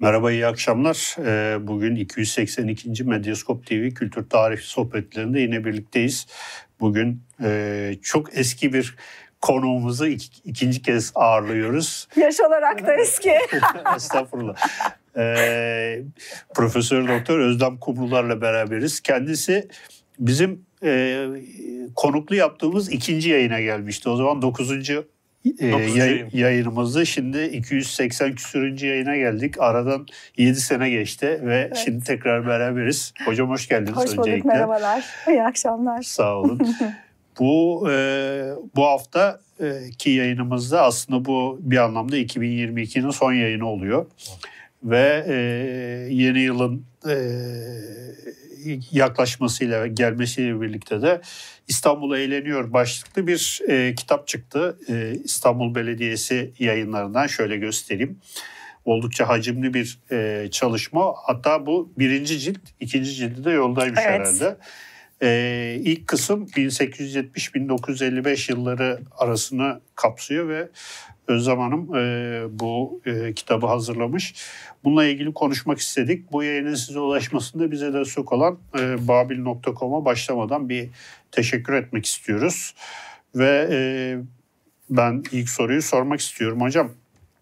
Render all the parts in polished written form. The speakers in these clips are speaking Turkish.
Merhaba, iyi akşamlar. Bugün 282. Medyaskop TV Kültür Tarih Sohbetlerinde yine birlikteyiz. Bugün çok eski bir konuğumuzu ikinci kez ağırlıyoruz. Yaş olarak da eski. Estağfurullah. Profesör Doktor Özlem Kumrular'la beraberiz. Kendisi bizim konuklu yaptığımız ikinci yayına gelmişti. O zaman 9. yayınımızdı. Şimdi 280 küsürüncü yayına geldik. Aradan 7 sene geçti ve evet, şimdi tekrar beraberiz. Hocam hoş geldiniz. Hoş bulduk, öncelikle. Merhabalar. İyi akşamlar. Sağ olun. Bu haftaki yayınımızda aslında bu bir anlamda 2022'nin son yayını oluyor. Ve yeni yılın yaklaşmasıyla ve gelmesiyle birlikte de İstanbul Eğleniyor başlıklı bir kitap çıktı. İstanbul Belediyesi yayınlarından şöyle göstereyim. Oldukça hacimli bir çalışma. Hatta bu 1. cilt, 2. cildi de yoldaymış evet, herhalde. İlk kısım 1870-1955 yılları arasını kapsıyor ve Özlem Hanım bu kitabı hazırlamış. Bununla ilgili konuşmak istedik. Bu yayının size ulaşmasında bize destek olan babil.com'a başlamadan bir teşekkür etmek istiyoruz. Ve ben ilk soruyu sormak istiyorum hocam.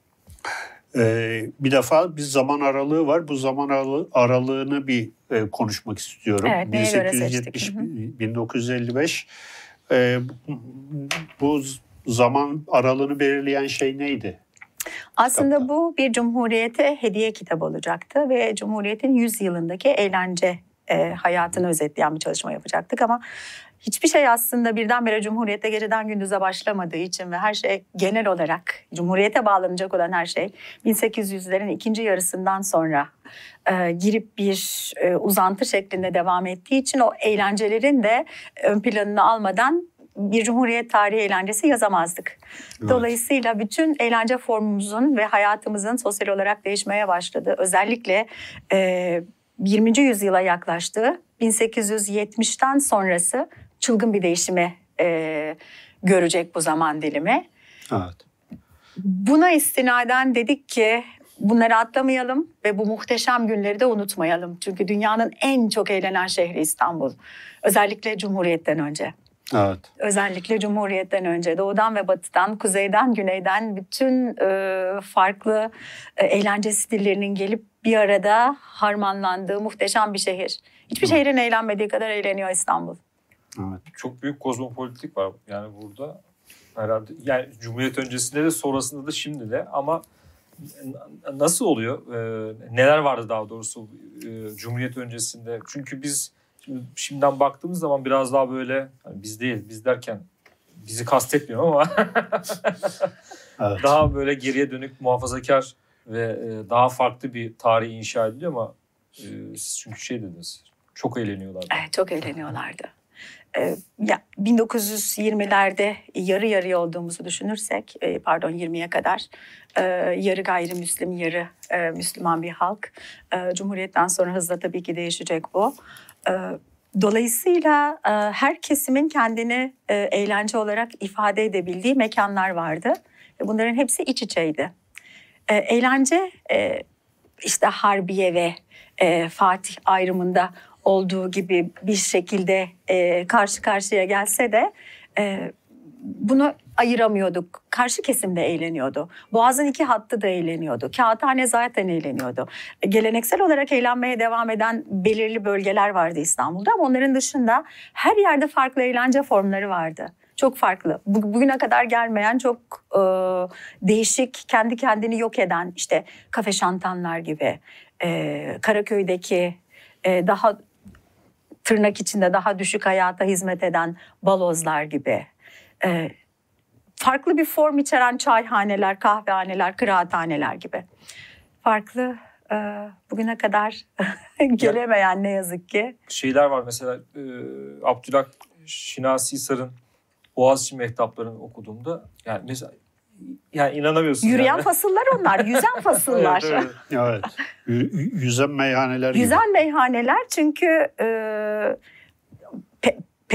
Bir defa bir zaman aralığı var. Bu zaman aralığını bir konuşmak istiyorum. Evet, 1870-1955. Bu zaman aralığını belirleyen şey neydi? Aslında kitapta? Bu bir Cumhuriyet'e hediye kitabı olacaktı ve Cumhuriyet'in 100 yılındaki eğlence hayatını özetleyen bir çalışma yapacaktık ama hiçbir şey aslında birdenbire Cumhuriyet'te geceden gündüze başlamadığı için ve her şey genel olarak Cumhuriyet'e bağlanacak olan her şey 1800'lerin ikinci yarısından sonra girip bir uzantı şeklinde devam ettiği için o eğlencelerin de ön planını almadan bir Cumhuriyet tarihi eğlencesi yazamazdık. Evet. Dolayısıyla bütün eğlence formumuzun ve hayatımızın sosyal olarak değişmeye başladığı, özellikle 20. yüzyıla yaklaştığı 1870'ten sonrası çılgın bir değişimi görecek bu zaman dilimi. Evet. Buna istinaden dedik ki bunları atlamayalım ve bu muhteşem günleri de unutmayalım. Çünkü dünyanın en çok eğlenen şehri İstanbul. Özellikle Cumhuriyet'ten önce. Evet. Özellikle Cumhuriyet'ten önce doğudan ve batıdan, kuzeyden, güneyden bütün farklı eğlence stillerinin gelip bir arada harmanlandığı muhteşem bir şehir. Hiçbir şehrin eğlenmediği kadar eğleniyor İstanbul. Evet. Çok büyük kozmopolitik var yani burada. Herhalde yani Cumhuriyet öncesinde de sonrasında da şimdi de ama nasıl oluyor? Neler vardı daha doğrusu Cumhuriyet öncesinde? Çünkü biz şimdiden baktığımız zaman biraz daha böyle hani biz değil, biz derken bizi kastetmiyorum ama evet, daha böyle geriye dönük muhafazakar ve daha farklı bir tarih inşa ediliyor ama siz çünkü şey dediniz, çok eğleniyorlardı. Evet, çok eğleniyorlardı. 1920'lerde yarı yarıya olduğumuzu düşünürsek, 20'ye kadar yarı gayrimüslim, yarı Müslüman bir halk. Cumhuriyetten sonra hızla tabii ki değişecek bu. Dolayısıyla her kesimin kendini eğlence olarak ifade edebildiği mekanlar vardı. Bunların hepsi iç içeydi. Eğlence işte Harbiye ve Fatih ayrımında olduğu gibi bir şekilde karşı karşıya gelse de bunu ayıramıyorduk. Karşı kesim de eğleniyordu. Boğaz'ın iki hattı da eğleniyordu. Kağıthane zaten eğleniyordu. Geleneksel olarak eğlenmeye devam eden belirli bölgeler vardı İstanbul'da ama onların dışında her yerde farklı eğlence formları vardı. Çok farklı. Bugüne kadar gelmeyen çok değişik, kendi kendini yok eden işte kafe şantanlar gibi, Karaköy'deki daha tırnak içinde daha düşük hayata hizmet eden balozlar gibi. Farklı bir form içeren çayhaneler, kahvehaneler, kıraathaneler gibi. Farklı bugüne kadar gelemeyen ne yazık ki. Şeyler var mesela Abdülhak Şinasi Hisar'ın Boğaziçi mehtaplarını okuduğumda yani mesela yani inanamıyorsun. Yürüyen yani. Fasıllar onlar, yüzen fasıllar. Evet, evet. Yüzen meyhaneler gibi. Yüzen meyhaneler çünkü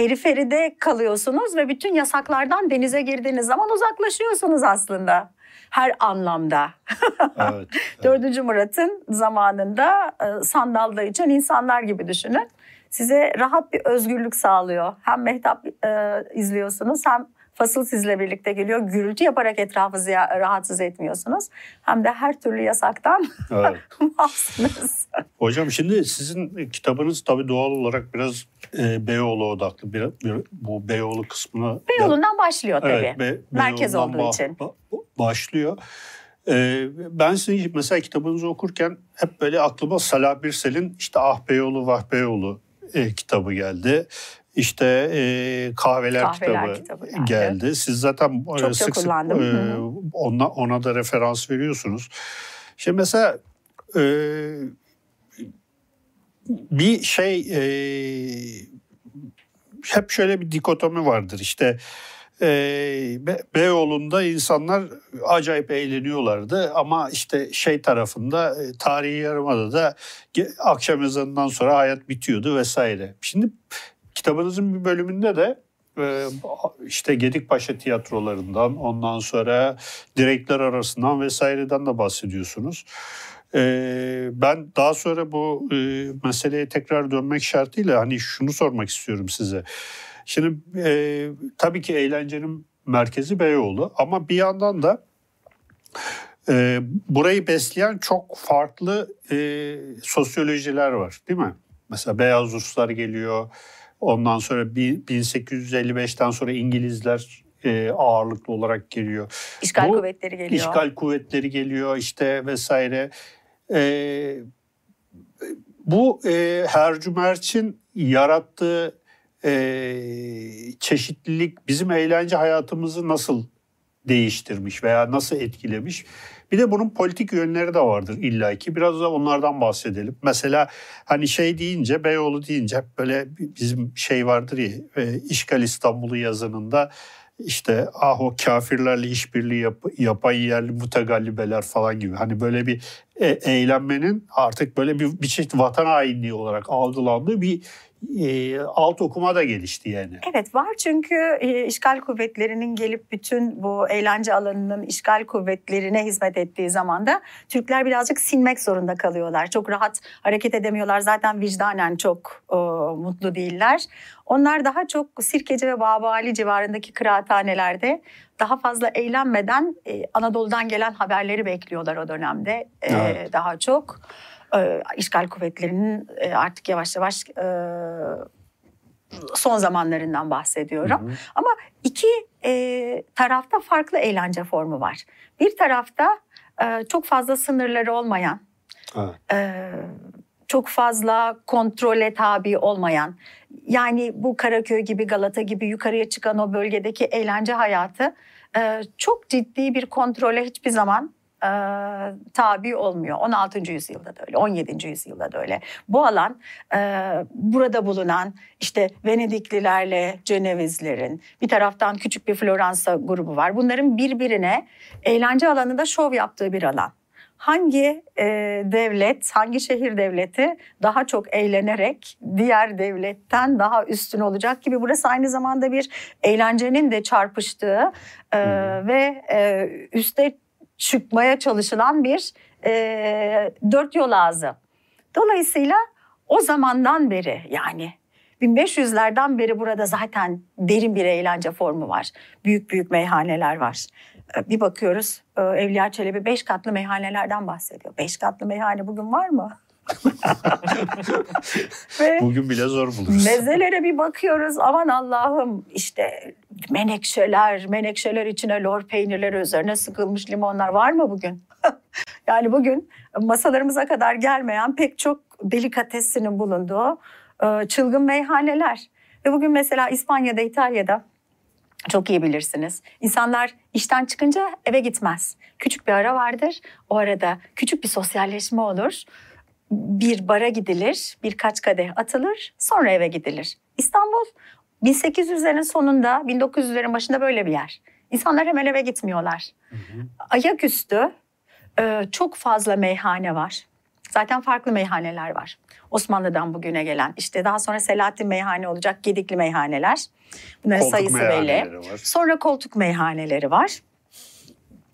periferide kalıyorsunuz ve bütün yasaklardan denize girdiğiniz zaman uzaklaşıyorsunuz aslında. her anlamda. Evet, 4. Murat'ın zamanında sandalda içen insanlar gibi düşünün. Size rahat bir özgürlük sağlıyor. Hem Mehtap izliyorsunuz hem Fasıl sizle birlikte geliyor. Gürültü yaparak etrafı rahatsız etmiyorsunuz. Hem de her türlü yasaktan mahsunuz. Hocam şimdi sizin kitabınız tabii doğal olarak biraz Beyoğlu odaklı. Bu Beyoğlu kısmına... Beyoğlu'ndan başlıyor tabii. Evet, merkez olduğu için. Başlıyor. Ben sizin mesela kitabınızı okurken hep böyle aklıma Salah Birsel'in işte Ah Beyoğlu Vah Beyoğlu kitabı geldi. İşte kahveler kitabı geldi. Siz zaten sık sık ona da referans veriyorsunuz. Şimdi mesela bir şey hep şöyle bir dikotomi vardır. İşte Beyoğlu'nda insanlar acayip eğleniyorlardı ama işte şey tarafında Tarihi Yarımada'da akşam ezanından sonra hayat bitiyordu vesaire. Şimdi kitabınızın bir bölümünde de işte Gedikpaşa tiyatrolarından, ondan sonra direkler arasından vesaireden de bahsediyorsunuz. Ben daha sonra bu meseleye tekrar dönmek şartıyla hani şunu sormak istiyorum size. Şimdi tabii ki eğlencenin merkezi Beyoğlu ama bir yandan da burayı besleyen çok farklı sosyolojiler var, değil mi? Mesela Beyaz Ruslar geliyor. Ondan sonra 1855'ten sonra İngilizler ağırlıklı olarak geliyor. İşgal kuvvetleri geliyor. İşgal kuvvetleri geliyor işte vesaire. Bu Hercümerç'in yarattığı çeşitlilik bizim eğlence hayatımızı nasıl değiştirmiş veya nasıl etkilemiş? Bir de bunun politik yönleri de vardır illaki. Biraz da onlardan bahsedelim. Mesela hani şey deyince, Beyoğlu deyince hep böyle bizim şey vardır ya, İşgal İstanbul'u yazınında işte o kafirlerle işbirliği yapan yerli mütegallibeler falan gibi. Hani böyle bir eğlenmenin artık böyle bir çeşit vatan hainliği olarak algılandığı bir alt okuma da gelişti yani. Evet var çünkü işgal kuvvetlerinin gelip bütün bu eğlence alanının işgal kuvvetlerine hizmet ettiği zaman da Türkler birazcık sinmek zorunda kalıyorlar. Çok rahat hareket edemiyorlar. Zaten vicdanen çok mutlu değiller. Onlar daha çok Sirkeci ve Babali civarındaki kıraathanelerde daha fazla eğlenmeden Anadolu'dan gelen haberleri bekliyorlar o dönemde. Evet. Daha çok. İşgal kuvvetlerinin artık yavaş yavaş son zamanlarından bahsediyorum. Hı hı. Ama iki tarafta farklı eğlence formu var. Bir tarafta çok fazla sınırları olmayan, çok fazla kontrole tabi olmayan, yani bu Karaköy gibi, Galata gibi yukarıya çıkan o bölgedeki eğlence hayatı çok ciddi bir kontrole hiçbir zaman tabi olmuyor. 16. yüzyılda da öyle, 17. yüzyılda da öyle. Bu alan burada bulunan işte Venediklilerle Cenevizlerin, bir taraftan küçük bir Floransa grubu var. Bunların birbirine eğlence alanında şov yaptığı bir alan. Hangi devlet, hangi şehir devleti daha çok eğlenerek diğer devletten daha üstün olacak gibi, burası aynı zamanda bir eğlencenin de çarpıştığı ve üste çıkmaya çalışılan bir dört yol ağzı. Dolayısıyla o zamandan beri, yani 1500'lerden beri burada zaten derin bir eğlence formu var. Büyük büyük meyhaneler var. Bir bakıyoruz Evliya Çelebi 5 katlı meyhanelerden bahsediyor. 5 katlı meyhane bugün var mı? Bugün bile zor buluruz. Mezelere bir bakıyoruz, aman Allah'ım, işte menekşeler içine lor peynirleri, üzerine sıkılmış limonlar var mı bugün? Yani bugün masalarımıza kadar gelmeyen pek çok delikatesinin bulunduğu çılgın meyhaneler. Ve bugün mesela İspanya'da, İtalya'da çok iyi bilirsiniz. İnsanlar işten çıkınca eve gitmez. Küçük bir ara vardır. O arada küçük bir sosyalleşme olur. Bir bara gidilir, birkaç kadeh atılır, sonra eve gidilir. İstanbul 1800'lerin sonunda, 1900'lerin başında böyle bir yer. İnsanlar hemen eve gitmiyorlar. Hı hı. Ayaküstü çok fazla meyhane var. Zaten farklı meyhaneler var. Osmanlı'dan bugüne gelen, işte daha sonra Selahattin Meyhane olacak, Gedikli meyhaneler. Bunların koltuk sayısı belli. Var. Sonra koltuk meyhaneleri var.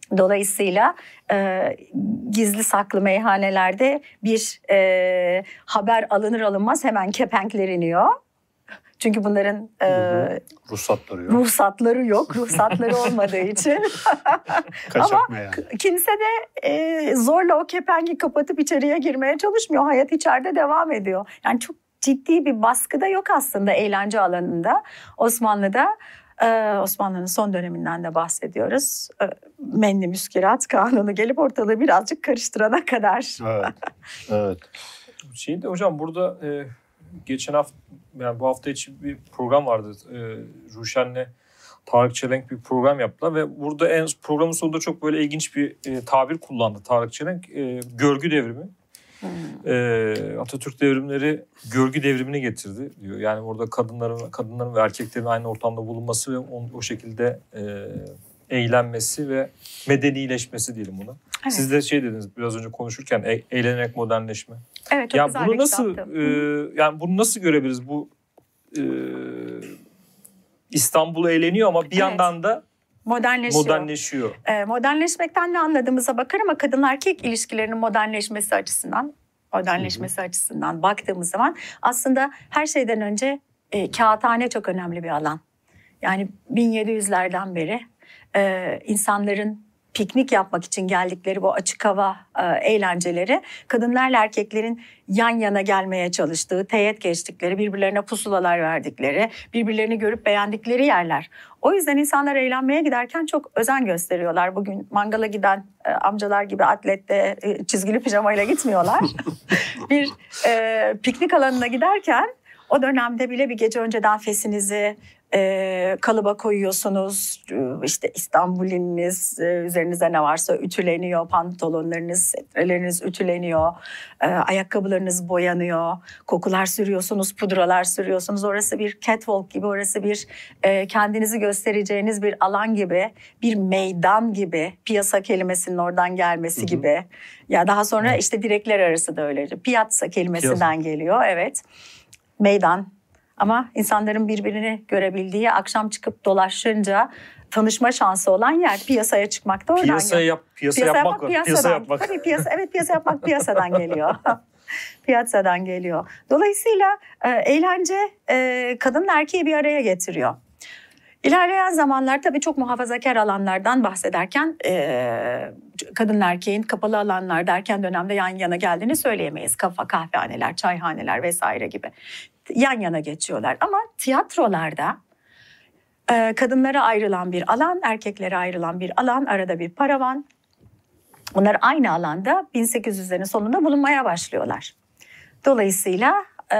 Dolayısıyla gizli saklı meyhanelerde bir haber alınır alınmaz hemen kepenkler iniyor. Çünkü bunların ruhsatları yok. Ruhsatları olmadığı için. Ama kimse de zorla o kepengi kapatıp içeriye girmeye çalışmıyor. Hayat içeride devam ediyor. Yani çok ciddi bir baskı da yok aslında eğlence alanında. Osmanlı'da, Osmanlı'nın son döneminden de bahsediyoruz. Menni Müskirat Kanunu gelip ortalığı birazcık karıştırana kadar. Evet. Şimdi hocam burada geçen hafta, yani bu hafta içi bir program vardı. Ruşen'le Tarık Çelenk bir program yaptılar ve burada programın sonunda çok böyle ilginç bir tabir kullandı Tarık Çelenk. Görgü devrimi. Atatürk devrimleri görgü devrimini getirdi diyor. Yani orada kadınların ve erkeklerin aynı ortamda bulunması ve o şekilde eğlenmesi ve medenileşmesi diyelim buna. Evet. Siz de dediniz biraz önce konuşurken eğlenerek modernleşme. Evet, çok yani güzel bunu nasıl görebiliriz? Bu İstanbul'u eğleniyor ama bir yandan da modernleşiyor. Modernleşmekten ne anladığımıza bakar ama kadın erkek ilişkilerinin modernleşmesi açısından baktığımız zaman aslında her şeyden önce kağıthane çok önemli bir alan. Yani 1700'lerden beri insanların piknik yapmak için geldikleri bu açık hava eğlenceleri kadınlarla erkeklerin yan yana gelmeye çalıştığı, teğet geçtikleri, birbirlerine pusulalar verdikleri, birbirlerini görüp beğendikleri yerler. O yüzden insanlar eğlenmeye giderken çok özen gösteriyorlar. Bugün mangala giden amcalar gibi atlette çizgili pijamayla gitmiyorlar. Bir piknik alanına giderken o dönemde bile bir gece önceden fesinizi kalıba koyuyorsunuz. İşte İstanbul'iniz, üzerinize ne varsa ütüleniyor. Pantolonlarınız, setreleriniz ütüleniyor. Ayakkabılarınız boyanıyor. Kokular sürüyorsunuz, pudralar sürüyorsunuz. Orası bir catwalk gibi, orası bir kendinizi göstereceğiniz bir alan gibi, bir meydan gibi. Piyasa kelimesinin oradan gelmesi gibi. Ya daha sonra işte direkler arası da öyle. Piazza kelimesinden geliyor. Evet. Meydan. Ama insanların birbirini görebildiği, akşam çıkıp dolaşınca tanışma şansı olan yer piyasaya çıkmak da oradan geliyor. Piyasa yapmak. Tabii piyasa yapmak piyasadan geliyor. Piyasadan geliyor. Dolayısıyla eğlence kadınla erkeği bir araya getiriyor. İlerleyen zamanlar tabii çok muhafazakar alanlardan bahsederken kadın erkeğin kapalı alanlarda erken dönemde yan yana geldiğini söyleyemeyiz. Kafa, kahvehaneler, çayhaneler vesaire gibi yan yana geçiyorlar. Ama tiyatrolarda kadınlara ayrılan bir alan, erkeklere ayrılan bir alan, arada bir paravan. Bunlar aynı alanda 1800'lerin sonunda bulunmaya başlıyorlar. Dolayısıyla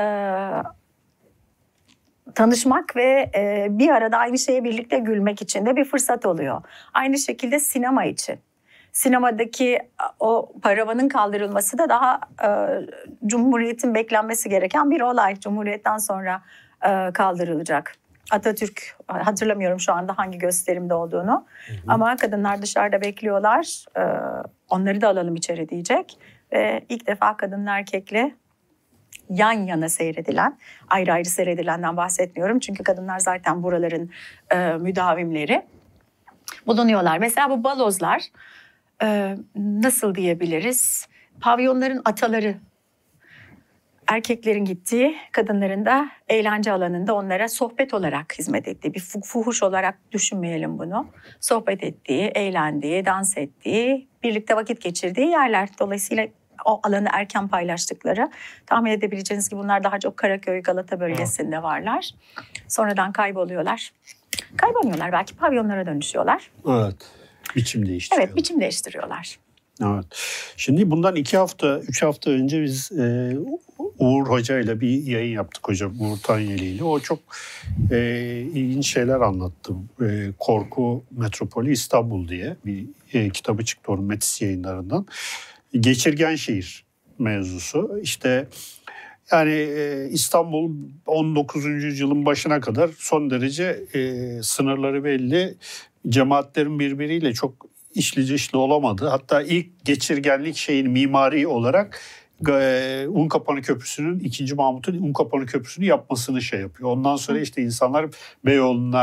tanışmak ve bir arada aynı şeye birlikte gülmek için de bir fırsat oluyor. Aynı şekilde sinema için. Sinemadaki o paravanın kaldırılması da daha Cumhuriyet'in beklenmesi gereken bir olay. Cumhuriyet'ten sonra kaldırılacak. Atatürk, hatırlamıyorum şu anda hangi gösterimde olduğunu. Ama kadınlar dışarıda bekliyorlar. Onları da alalım içeri diyecek. Ve ilk defa kadınla erkekle yan yana seyredilen, ayrı ayrı seyredilenden bahsetmiyorum. Çünkü kadınlar zaten buraların müdavimleri bulunuyorlar. Mesela bu balozlar nasıl diyebiliriz? Pavyonların ataları. Erkeklerin gittiği, kadınların da eğlence alanında onlara sohbet olarak hizmet ettiği, bir fuhuş olarak düşünmeyelim bunu. Sohbet ettiği, eğlendiği, dans ettiği, birlikte vakit geçirdiği yerler. Dolayısıyla o alanı erken paylaştıkları, tahmin edebileceğiniz gibi bunlar daha çok Karaköy, Galata bölgesinde varlar. Sonradan kayboluyorlar. Kaybolmuyorlar, belki pavyonlara dönüşüyorlar. Evet, biçim değiştiriyorlar. Evet, biçim değiştiriyorlar. Evet. Şimdi bundan 3 hafta önce biz Uğur Hoca ile bir yayın yaptık hocam. Uğur Tanyeli ile. O çok ilginç şeyler anlattı. Korku Metropolü İstanbul diye bir kitabı çıktı onun Metis yayınlarından. Geçirgen şehir mevzusu. İşte yani İstanbul 19. yüzyılın başına kadar son derece sınırları belli. Cemaatlerin birbiriyle çok içli dışlı olamadı. Hatta ilk geçirgenlik şeyin mimari olarak Unkapanı Köprüsü'nün 2. Mahmut'un Unkapanı Köprüsü'nü yapmasını yapıyor. Ondan sonra işte insanlar Beyoğlu'na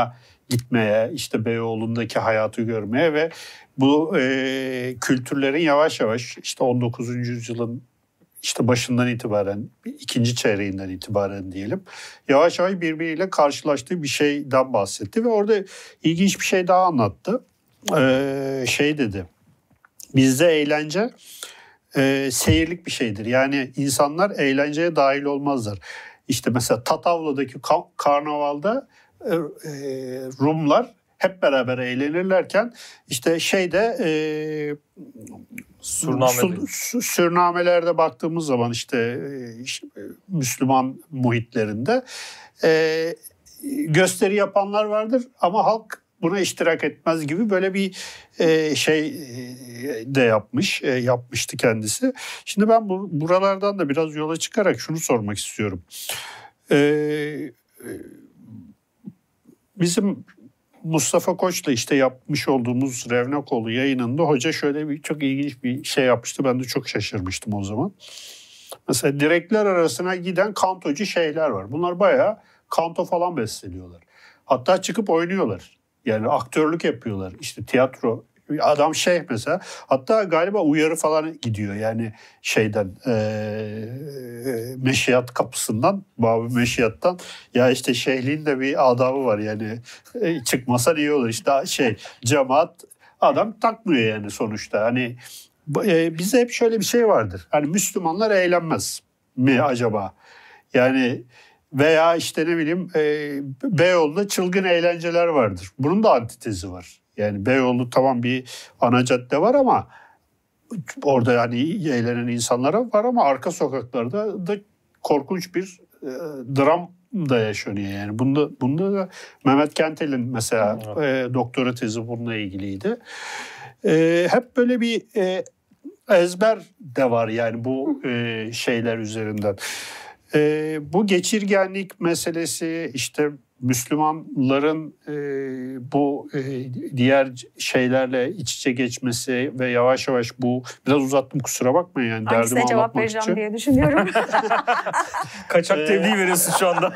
gitmeye, işte Beyoğlu'ndaki hayatı görmeye ve bu kültürlerin yavaş yavaş işte 19. yüzyılın işte başından itibaren, ikinci çeyreğinden itibaren diyelim, yavaş yavaş birbiriyle karşılaştığı bir şeyden bahsetti ve orada ilginç bir şey daha anlattı. Şey dedi, bizde eğlence seyirlik bir şeydir. Yani insanlar eğlenceye dahil olmazlar. İşte mesela Tatavla'daki karnavalda Rumlar hep beraber eğlenirlerken işte Sürnamelerde baktığımız zaman işte Müslüman muhitlerinde gösteri yapanlar vardır ama halk buna iştirak etmez gibi böyle bir şey de yapmıştı kendisi. Şimdi ben buralardan da biraz yola çıkarak şunu sormak istiyorum. Bizim Mustafa Koç'la işte yapmış olduğumuz Revnakoğlu yayınında hoca şöyle bir çok ilginç bir şey yapmıştı. Ben de çok şaşırmıştım o zaman. Mesela direkler arasına giden kantocu şeyler var. Bunlar bayağı kanto falan besteliyorlar. Hatta çıkıp oynuyorlar. Yani aktörlük yapıyorlar. İşte tiyatro. Adam mesela. Hatta galiba uyarı falan gidiyor. Yani Meşiyat kapısından, Bab-ı Meşiyat'tan. Ya işte şeyhliğin de bir adabı var. Yani çıkmasa iyi olur. İşte cemaat adam takmıyor yani sonuçta. Hani bizde hep şöyle bir şey vardır. Hani Müslümanlar eğlenmez mi acaba? Yani veya işte ne bileyim Beyoğlu'nda çılgın eğlenceler vardır. Bunun da antitezi var. Yani Beyoğlu tamam bir ana cadde var ama orada hani eğlenen insanlar var ama arka sokaklarda da korkunç bir dram da yaşanıyor. Yani bunda da Mehmet Kentel'in mesela doktora tezi bununla ilgiliydi. Hep böyle bir ezber de var yani bu şeyler üzerinden. Bu geçirgenlik meselesi işte Müslümanların bu diğer şeylerle iç içe geçmesi ve yavaş yavaş bu biraz uzattım kusura bakmayın yani derdimi hangisine cevap anlatmak vereceğim için. diye düşünüyorum. Kaçak tebliğ veriyorsun şu anda.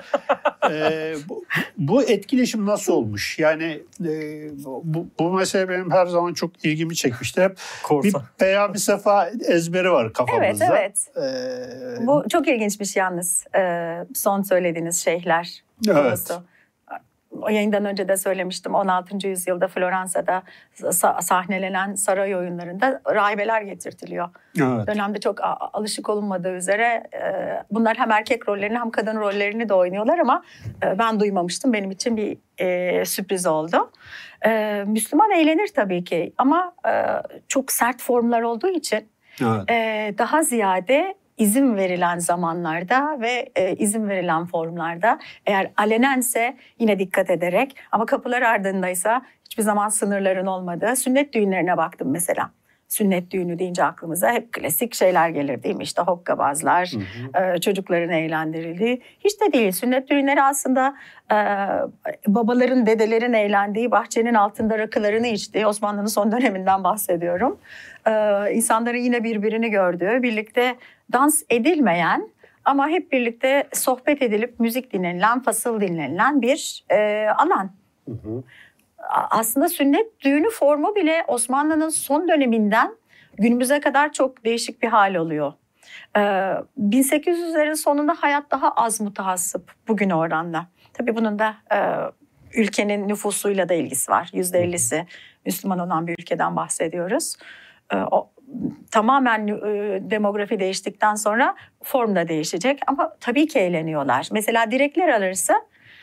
Bu etkileşim nasıl olmuş? Yani bu mesele benim her zaman çok ilgimi çekmişti. Hep Korsan. bir Peyami Sefa ezberi var kafamızda. Evet. Bu çok ilginç bir şey yalnız. Son söylediğiniz şeyhler konusu. Evet. O yayından önce de söylemiştim. 16. yüzyılda Floransa'da sahnelenen saray oyunlarında rahibeler getirtiliyor. Evet. Dönemde çok alışık olunmadığı üzere bunlar hem erkek rollerini hem kadın rollerini de oynuyorlar ama ben duymamıştım. Benim için bir sürpriz oldu. Müslüman eğlenir tabii ki ama çok sert formlar olduğu için daha ziyade izin verilen zamanlarda ve izin verilen formlarda eğer alenense yine dikkat ederek ama kapılar ardındaysa hiçbir zaman sınırların olmadığı sünnet düğünlerine baktım mesela. Sünnet düğünü deyince aklımıza hep klasik şeyler gelir değil mi? İşte hokkabazlar, çocukların eğlendirildiği. Hiç de değil. Sünnet düğünleri aslında babaların, dedelerin eğlendiği, bahçenin altında rakılarını içtiği, Osmanlı'nın son döneminden bahsediyorum. İnsanların yine birbirini gördüğü, birlikte dans edilmeyen ama hep birlikte sohbet edilip müzik dinlenilen, fasıl dinlenilen bir alan. Aslında sünnet düğünü formu bile Osmanlı'nın son döneminden günümüze kadar çok değişik bir hal oluyor. 1800'lerin sonunda hayat daha az mutahassıp bugün oranla. Tabii bunun da ülkenin nüfusuyla da ilgisi var. %50'si Müslüman olan bir ülkeden bahsediyoruz. Tamamen demografi değiştikten sonra form da değişecek ama tabii ki eğleniyorlar. Mesela direkler alırsa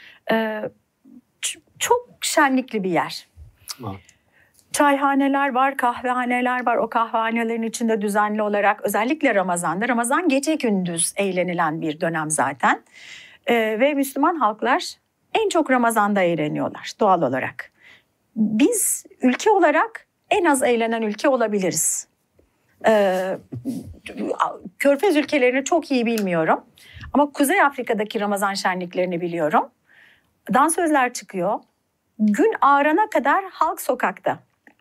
çok şenlikli bir yer. Çayhaneler var, kahvehaneler var. O kahvehanelerin içinde düzenli olarak özellikle Ramazan'da, Ramazan gece gündüz eğlenilen bir dönem zaten. Ve Müslüman halklar en çok Ramazan'da eğleniyorlar doğal olarak. Biz ülke olarak en az eğlenen ülke olabiliriz. Körfez ülkelerini çok iyi bilmiyorum. Ama Kuzey Afrika'daki Ramazan şenliklerini biliyorum. Dansözler çıkıyor. Gün ağarana kadar halk sokakta.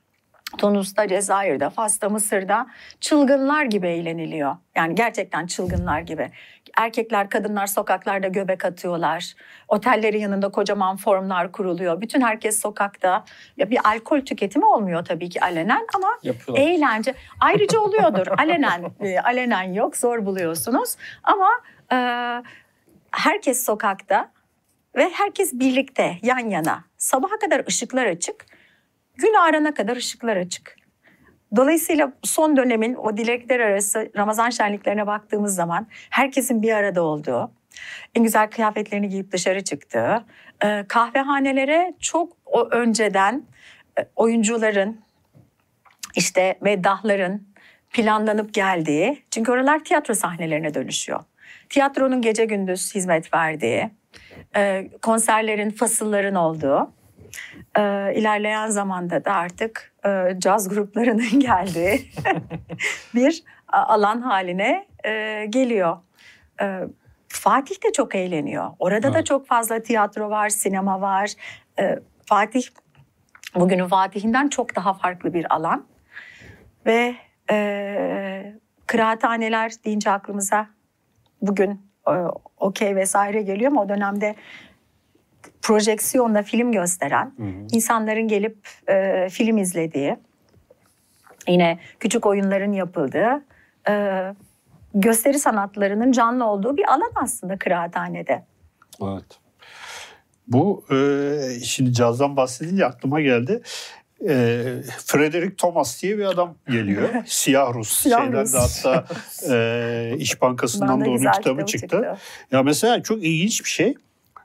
Tunus'ta, Cezayir'de, Fas'ta, Mısır'da çılgınlar gibi eğleniliyor. Yani gerçekten çılgınlar gibi. Erkekler, kadınlar sokaklarda göbek atıyorlar. Otellerin yanında kocaman formlar kuruluyor. Bütün herkes sokakta. Ya bir alkol tüketimi olmuyor tabii ki alenen ama eğlence. Ayrıca oluyordur. Alenen yok, zor buluyorsunuz. Ama herkes sokakta ve herkes birlikte, yan yana. Sabaha kadar ışıklar açık. Gün ağarana kadar ışıklar açık. Dolayısıyla son dönemin o dilekler arası Ramazan şenliklerine baktığımız zaman herkesin bir arada olduğu, en güzel kıyafetlerini giyip dışarı çıktığı, kahvehanelere çok önceden oyuncuların, işte meddahların planlanıp geldiği, çünkü oralar tiyatro sahnelerine dönüşüyor. Tiyatronun gece gündüz hizmet verdiği, konserlerin, fasılların olduğu, ilerleyen zamanda da artık caz gruplarının geldiği bir alan haline geliyor. Fatih de çok eğleniyor. Orada da çok fazla tiyatro var, sinema var. Fatih, bugünün Fatih'inden çok daha farklı bir alan. Ve kıraathaneler deyince aklımıza bugün okey vesaire geliyor ama o dönemde projeksiyonla film gösteren, insanların gelip film izlediği, yine küçük oyunların yapıldığı, gösteri sanatlarının canlı olduğu bir alan aslında kıraathanede. Evet. Bu şimdi cazdan bahsedince aklıma geldi. Frederick Thomas diye bir adam geliyor. Siyah Rus. Şeyden de hatta İş Bankası'ndan da onun kitabı çıktı. Ya mesela çok ilginç bir şey.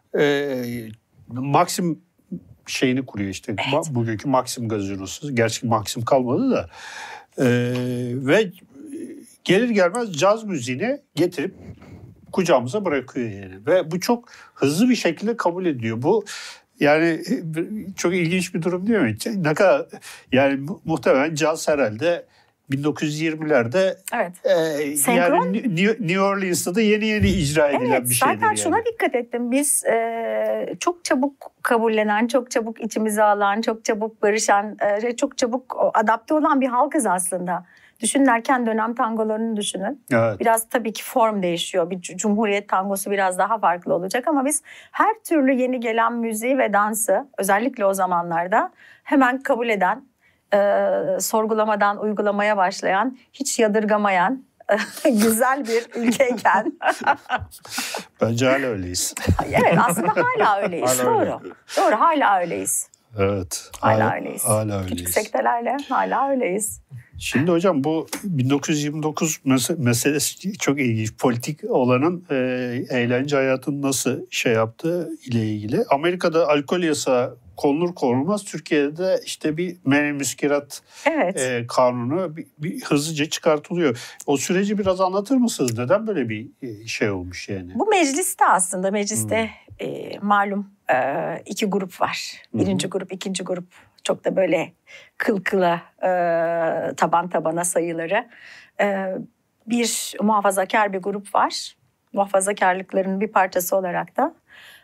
Maxim şeyini kuruyor işte. Evet. Bugünkü Maxim gazinosu. Gerçi Maxim kalmadı da. Ve gelir gelmez caz müziğini getirip kucağımıza bırakıyor yani. Ve bu çok hızlı bir şekilde kabul ediliyor. Bu yani çok ilginç bir durum değil mi? Ne kadar yani muhtemelen caz herhalde 1920'lerde evet. Yani New Orleans'ta da yeni icra edilen bir şeydir. Zaten şuna dikkat ettim. Biz çok çabuk kabullenen, çok çabuk içimize alan, çok çabuk barışan, çok çabuk adapte olan bir halkız aslında. Düşünün, erken dönem tangolarını düşünün. Evet. Biraz tabii ki form değişiyor. Bir Cumhuriyet tangosu biraz daha farklı olacak ama biz her türlü yeni gelen müziği ve dansı özellikle o zamanlarda hemen kabul eden, sorgulamadan uygulamaya başlayan, hiç yadırgamayan güzel bir ülkeyken. Bence hala öyleyiz. Evet, aslında hala öyleyiz. Hala Doğru. Öyle. Doğru, hala öyleyiz. Evet. Hala öyleyiz. Hala öyleyiz. Küçük sektelerle hala öyleyiz. Şimdi hocam bu 1929 meselesi çok ilginç. Politik olanın eğlence hayatını nasıl şey yaptığı ile ilgili. Amerika'da alkol yasağı konulur konulmaz Türkiye'de işte bir müskirat kanunu bir hızlıca çıkartılıyor. O süreci biraz anlatır mısınız? Neden böyle bir şey olmuş yani? Bu mecliste aslında malum iki grup var. Birinci grup, ikinci grup. Çok da böyle kıl kıla, taban tabana sayıları. Bir muhafazakar bir grup var. Muhafazakarlıkların bir parçası olarak da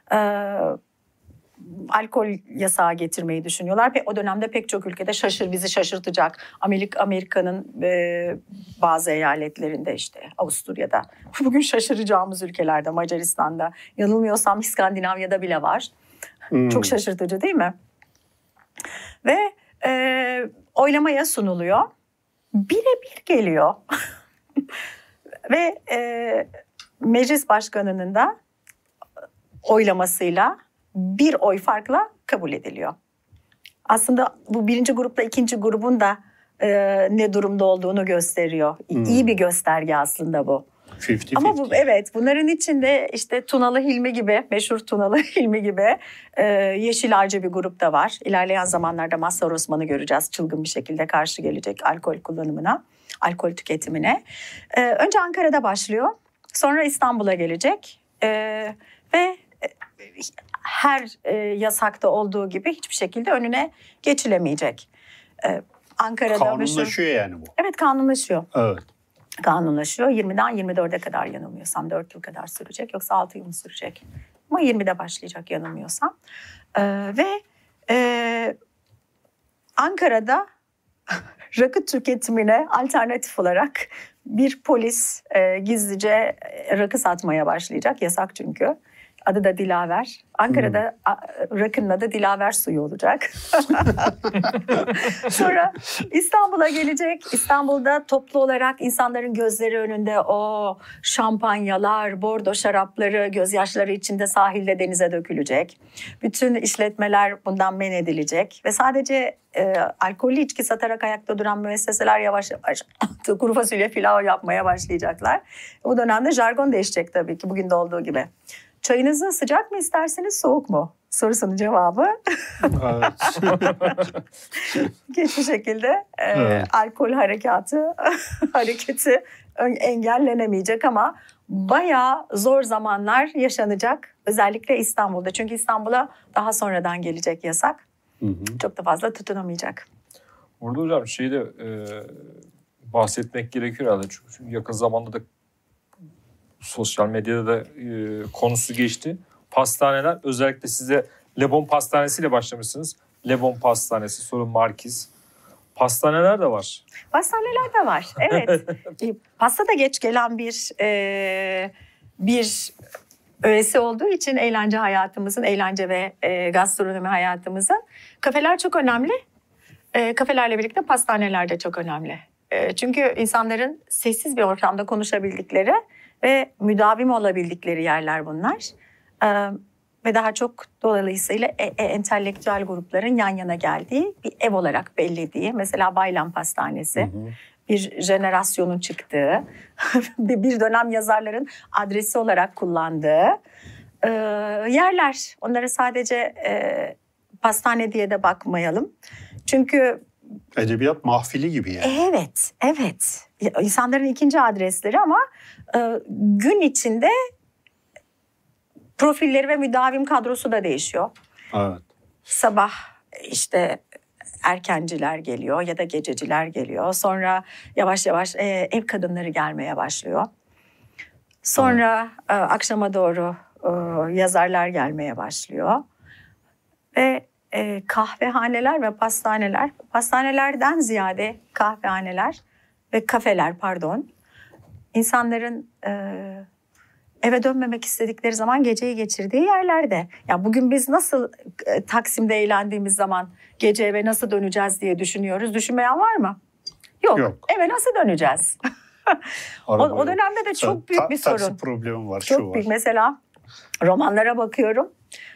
alkol yasağı getirmeyi düşünüyorlar. O dönemde pek çok ülkede bizi şaşırtacak. Amerika'nın bazı eyaletlerinde, işte Avusturya'da, bugün şaşıracağımız ülkelerde, Macaristan'da, yanılmıyorsam İskandinavya'da bile var. Çok şaşırtıcı değil mi? Ve oylamaya sunuluyor. Birebir geliyor. Ve meclis başkanının da oylamasıyla bir oy farkla kabul ediliyor. Aslında bu birinci grupla ikinci grubun da ne durumda olduğunu gösteriyor. İyi bir gösterge aslında bu. 50-50. Ama bunların içinde işte Tunalı Hilmi gibi, meşhur Tunalı Hilmi gibi Yeşil Ağacı bir grup da var. İlerleyen zamanlarda Mazhar Osman'ı göreceğiz. Çılgın bir şekilde karşı gelecek alkol kullanımına, alkol tüketimine. Önce Ankara'da başlıyor. Sonra İstanbul'a gelecek. Ve her yasakta olduğu gibi hiçbir şekilde önüne geçilemeyecek. Ankara'da kanunlaşıyor yani bu. Evet, kanunlaşıyor. Evet. Kanunlaşıyor. 20'den 24'e kadar yanılmıyorsam 4 yıl kadar sürecek. Yoksa 6 yıl mı sürecek? Ama 20'de başlayacak yanılmıyorsam. Ve Ankara'da rakı tüketimine alternatif olarak bir polis gizlice rakı satmaya başlayacak. Yasak çünkü. Adı da Dilaver. Ankara'da rakının adı Dilaver suyu olacak. Sonra İstanbul'a gelecek. İstanbul'da toplu olarak insanların gözleri önünde o şampanyalar, bordo şarapları, gözyaşları içinde sahilde denize dökülecek. Bütün işletmeler bundan men edilecek. Ve sadece alkollü içki satarak ayakta duran müesseseler yavaş yavaş kuru fasulye pilav yapmaya başlayacaklar. Bu dönemde jargon değişecek tabii ki bugün de olduğu gibi. Çayınızı sıcak mı isterseniz soğuk mu? Sorusunun cevabı. Evet. Hiçbir şekilde alkol hareketi engellenemeyecek ama bayağı zor zamanlar yaşanacak. Özellikle İstanbul'da. Çünkü İstanbul'a daha sonradan gelecek yasak. Çok da fazla tutunamayacak. Burada hocam şeyde bahsetmek gerekiyor herhalde. Çünkü yakın zamanda da sosyal medyada da konusu geçti. Pastaneler, özellikle size Le Bon Pastanesi'yle başlamışsınız. Le Bon Pastanesi, sonra Markiz. Pastaneler de var. Pastaneler de var, evet. Pasta da geç gelen bir öğesi olduğu için eğlence hayatımızın, eğlence ve gastronomi hayatımızın. Kafeler çok önemli. Kafelerle birlikte pastaneler de çok önemli. Çünkü insanların sessiz bir ortamda konuşabildikleri ve müdavim olabildikleri yerler bunlar. Ve daha çok dolayısıyla entelektüel grupların yan yana geldiği bir ev olarak bellediği. Mesela Baylam Pastanesi, bir jenerasyonun çıktığı, bir dönem yazarların adresi olarak kullandığı yerler. Onlara sadece pastane diye de bakmayalım. Çünkü edebiyat mahfili gibi yani. Evet, evet. İnsanların ikinci adresleri ama gün içinde profilleri ve müdavim kadrosu da değişiyor. Evet. Sabah işte erkenciler geliyor ya da gececiler geliyor. Sonra yavaş yavaş ev kadınları gelmeye başlıyor. Sonra akşama doğru yazarlar gelmeye başlıyor. Ve kahvehaneler ve pastanelerden ziyade kahvehaneler ve kafeler insanların eve dönmemek istedikleri zaman geceyi geçirdiği yerlerde. Ya bugün biz nasıl Taksim'de eğlendiğimiz zaman gece eve nasıl döneceğiz diye düşünüyoruz. Düşünmeyen var mı? Yok. Eve nasıl döneceğiz? O dönemde de çok büyük bir sorun. Taksi problemi var. Çok büyük. Mesela romanlara bakıyorum.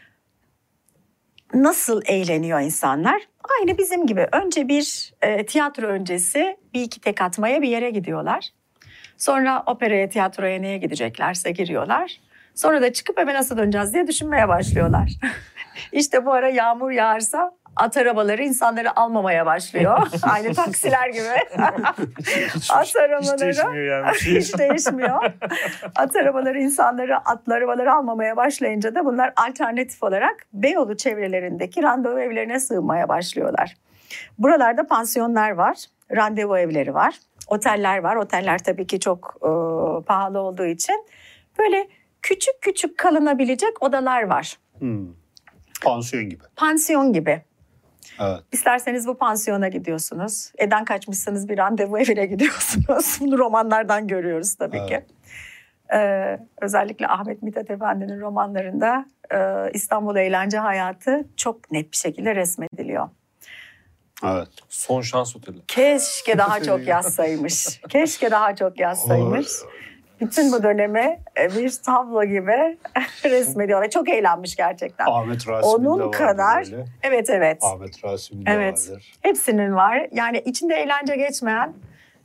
Nasıl eğleniyor insanlar? Aynı bizim gibi. Önce bir tiyatro öncesi bir iki tek atmaya bir yere gidiyorlar. Sonra operaya, tiyatroya neye gideceklerse giriyorlar. Sonra da çıkıp eve nasıl döneceğiz diye düşünmeye başlıyorlar. İşte bu ara yağmur yağarsa at arabaları insanları almamaya başlıyor. Aynı taksiler gibi. At arabaları hiç değişmiyor yani. Hiç değişmiyor. At arabaları insanları, atlı arabaları almamaya başlayınca da bunlar alternatif olarak Beyoğlu çevrelerindeki randevu evlerine sığınmaya başlıyorlar. Buralarda pansiyonlar var, randevu evleri var, oteller var. Oteller tabii ki çok pahalı olduğu için böyle küçük küçük kalınabilecek odalar var. Pansiyon gibi. Pansiyon gibi. Evet. İsterseniz bu pansiyona gidiyorsunuz. Evden kaçmışsanız bir randevu evine gidiyorsunuz. Bunu romanlardan görüyoruz tabii ki. Özellikle Ahmet Mithat Efendi'nin romanlarında İstanbul eğlence hayatı çok net bir şekilde resmediliyor. Evet. Son Şans Oteli. Keşke daha çok yazsaymış. Keşke daha çok yazsaymış. Bütün bu dönemi bir tablo gibi resmediyor ve çok eğlenmiş gerçekten. Ahmet Rasim'in onun de vardır kadar öyle. Evet. Ahmet Rasim'in de vardır. Hepsinin var. Yani içinde eğlence geçmeyen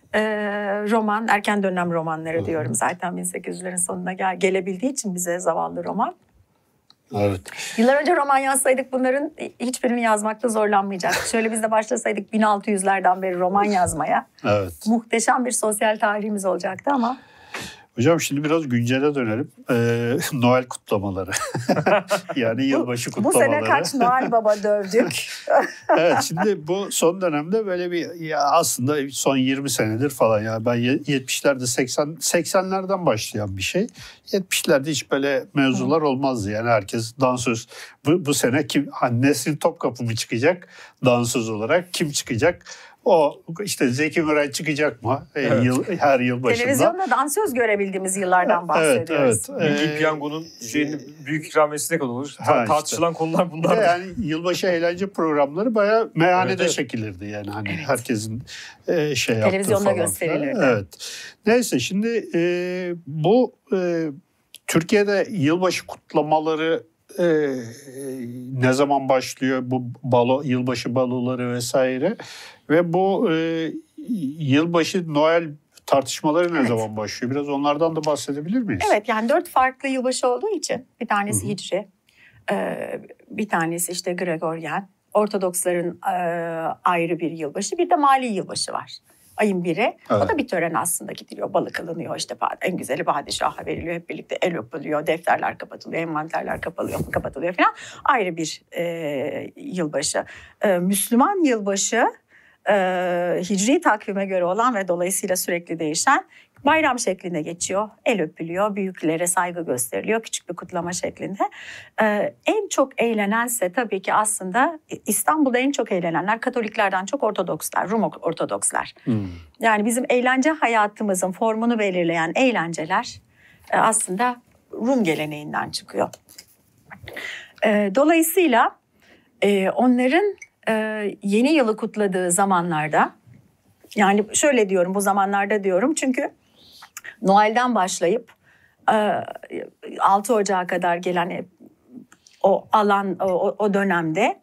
roman, erken dönem romanları diyorum. Zaten 1800'lerin sonuna gelebildiği için bize zavallı roman. Evet. Yıllar önce roman yazsaydık bunların hiçbirini yazmakta zorlanmayacaktık. Şöyle biz de başlasaydık 1600'lerden beri roman yazmaya. Evet. Muhteşem bir sosyal tarihimiz olacaktı ama. Hocam şimdi biraz güncele dönelim. Noel kutlamaları. Yani yılbaşı kutlamaları. Bu sene kaç Noel Baba dövdük. Evet, şimdi bu son dönemde böyle bir ya aslında son 20 senedir falan ya ben 70'lerde 80'lerden başlayan bir şey. 70'lerde hiç böyle mevzular olmazdı. Yani herkes dansöz. Bu sene kim Nesrin Topkapı mı çıkacak dansöz olarak? Kim çıkacak? O işte Zeki Müren çıkacak mı her yıl başında? Televizyonda dansöz görebildiğimiz yıllardan bahsediyoruz. Milli Piyango'nun büyük ikramiyesi ne kadar olur? Tartışılan konular bunlar. Yani yılbaşı eğlence programları bayağı meyhanede çekilirdi yani hani herkesin şey yaptığı televizyonda gösterilirdi. Evet. Neyse şimdi bu Türkiye'de yılbaşı kutlamaları ne zaman başlıyor, bu yılbaşı baloları vesaire ve bu yılbaşı Noel tartışmaları ne zaman başlıyor? Biraz onlardan da bahsedebilir miyiz? Evet, yani 4 farklı yılbaşı olduğu için bir tanesi Hicri, bir tanesi işte Gregoryen, Ortodoksların ayrı bir yılbaşı, bir de mali yılbaşı var. Ayın 1'i. Evet. O da bir tören aslında, gidiliyor, balık alınıyor, işte en güzeli padişaha veriliyor, hep birlikte el öpülüyor, defterler kapatılıyor, envanterler kapatılıyor falan. Ayrı bir yılbaşı. Müslüman yılbaşı Hicri takvime göre olan ve dolayısıyla sürekli değişen bayram şeklinde geçiyor. El öpülüyor, büyüklere saygı gösteriliyor, küçük bir kutlama şeklinde. En çok eğlenense tabii ki aslında İstanbul'da en çok eğlenenler Katoliklerden çok Ortodokslar, Rum Ortodokslar. Yani bizim eğlence hayatımızın formunu belirleyen eğlenceler aslında Rum geleneğinden çıkıyor. Dolayısıyla onların yeni yılı kutladığı zamanlarda, yani şöyle diyorum, bu zamanlarda diyorum çünkü Noel'den başlayıp 6 Ocağı kadar gelen o dönemde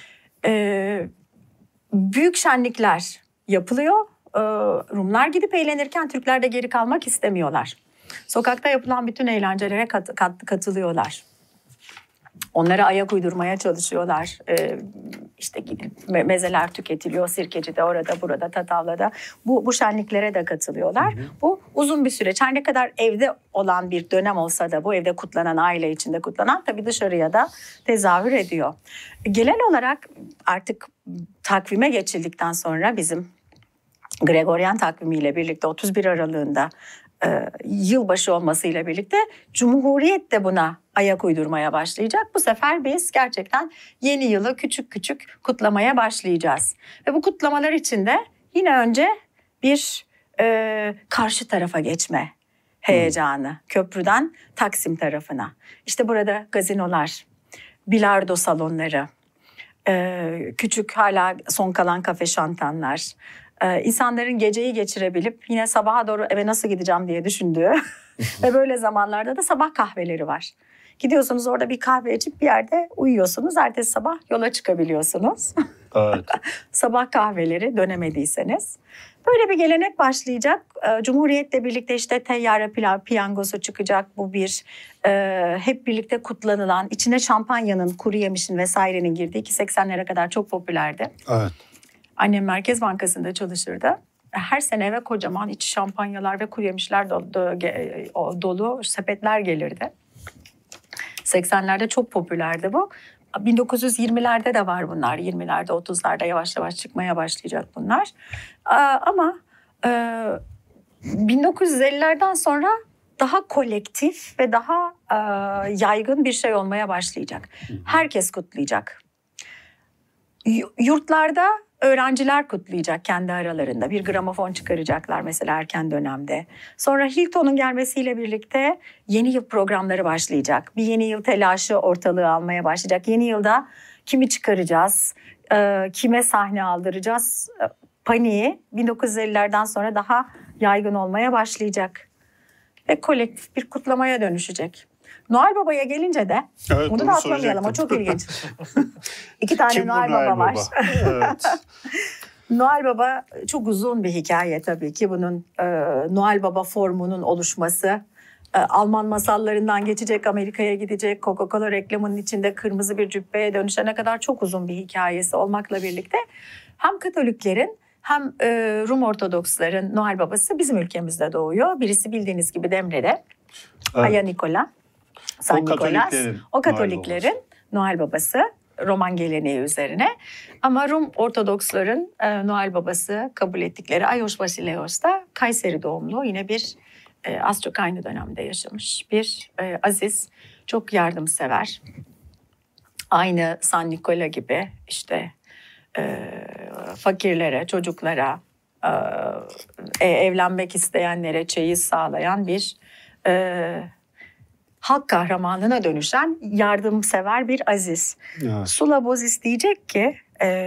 büyük şenlikler yapılıyor. Rumlar gidip eğlenirken Türkler de geri kalmak istemiyorlar. Sokakta yapılan bütün eğlencelere katılıyorlar. Onlara ayak uydurmaya çalışıyorlar. İşte mezeler tüketiliyor, Sirkeci'de, orada, burada, Tatavla'da. Bu şenliklere de katılıyorlar. Bu uzun bir süreç. Her ne kadar evde olan bir dönem olsa da, bu evde kutlanan, aile içinde kutlanan, tabii dışarıya da tezahür ediyor. Genel olarak artık takvime geçildikten sonra bizim Gregoryen takvimiyle birlikte 31 Aralık'ında yılbaşı olmasıyla birlikte Cumhuriyet de buna ayak uydurmaya başlayacak. Bu sefer biz gerçekten yeni yılı küçük küçük kutlamaya başlayacağız. Ve bu kutlamalar için de yine önce bir karşı tarafa geçme heyecanı. Köprüden Taksim tarafına. İşte burada gazinolar, bilardo salonları, küçük hala son kalan kafe şantanlar, insanların geceyi geçirebilip yine sabaha doğru eve nasıl gideceğim diye düşündüğü ve böyle zamanlarda da sabah kahveleri var. Gidiyorsunuz, orada bir kahve içip bir yerde uyuyorsunuz. Ertesi sabah yola çıkabiliyorsunuz. Evet. Sabah kahveleri dönemediyseniz. Böyle bir gelenek başlayacak. Cumhuriyet'le birlikte işte teyyare piyangosu çıkacak. Bu bir hep birlikte kullanılan, içine şampanyanın, kuru yemişin vesairenin girdiği, ki 80'lere kadar çok popülerdi. Evet. Annem Merkez Bankası'nda çalışırdı. Her sene eve kocaman içi şampanyalar ve kuru yemişler dolu sepetler gelirdi. 80'lerde çok popülerdi bu. 1920'lerde de var bunlar. 20'lerde, 30'larda yavaş yavaş çıkmaya başlayacak bunlar. Ama 1950'lerden sonra daha kolektif ve daha yaygın bir şey olmaya başlayacak. Herkes kutlayacak. Yurtlarda öğrenciler kutlayacak kendi aralarında. Bir gramofon çıkaracaklar mesela erken dönemde. Sonra Hilton'un gelmesiyle birlikte yeni yıl programları başlayacak. Bir yeni yıl telaşı ortalığı almaya başlayacak. Yeni yılda kimi çıkaracağız, kime sahne aldıracağız paniği 1950'lerden sonra daha yaygın olmaya başlayacak. Ve kolektif bir kutlamaya dönüşecek. Noel Baba'ya gelince de, evet, bunu da atlamayalım, o çok ilginç. 2 tane Kim Noel Baba var. Evet. Noel Baba çok uzun bir hikaye tabii ki. Bunun Noel Baba formunun oluşması, Alman masallarından geçecek, Amerika'ya gidecek, Coca-Cola reklamının içinde kırmızı bir cübbeye dönüşene kadar çok uzun bir hikayesi olmakla birlikte hem Katoliklerin hem Rum Ortodoksların Noel Babası bizim ülkemizde doğuyor. Birisi bildiğiniz gibi Demre'de. Evet. Aya Nikola, San Nikolas. O Katoliklerin Noel Babası. Roman geleneği üzerine. Ama Rum Ortodoksların Noel Babası kabul ettikleri Ayos Vasileios da Kayseri doğumlu, yine bir az çok aynı dönemde yaşamış bir aziz, çok yardımsever. Aynı San Nikola gibi işte fakirlere, çocuklara, evlenmek isteyenlere çeyiz sağlayan bir halk kahramanına dönüşen yardımsever bir aziz. Evet. Sula Bozis diyecek ki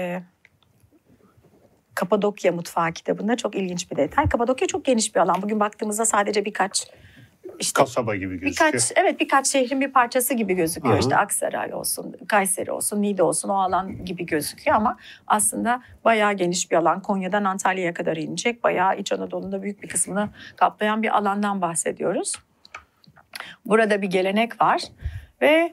Kapadokya Mutfağı kitabında çok ilginç bir detay. Kapadokya çok geniş bir alan. Bugün baktığımızda sadece birkaç kasaba gibi gözüküyor. Birkaç şehrin bir parçası gibi gözüküyor. Aha. İşte Aksaray olsun, Kayseri olsun, Niğde olsun, o alan gibi gözüküyor ama aslında bayağı geniş bir alan. Konya'dan Antalya'ya kadar inecek. Bayağı İç Anadolu'nun büyük bir kısmını kaplayan bir alandan bahsediyoruz. Burada bir gelenek var ve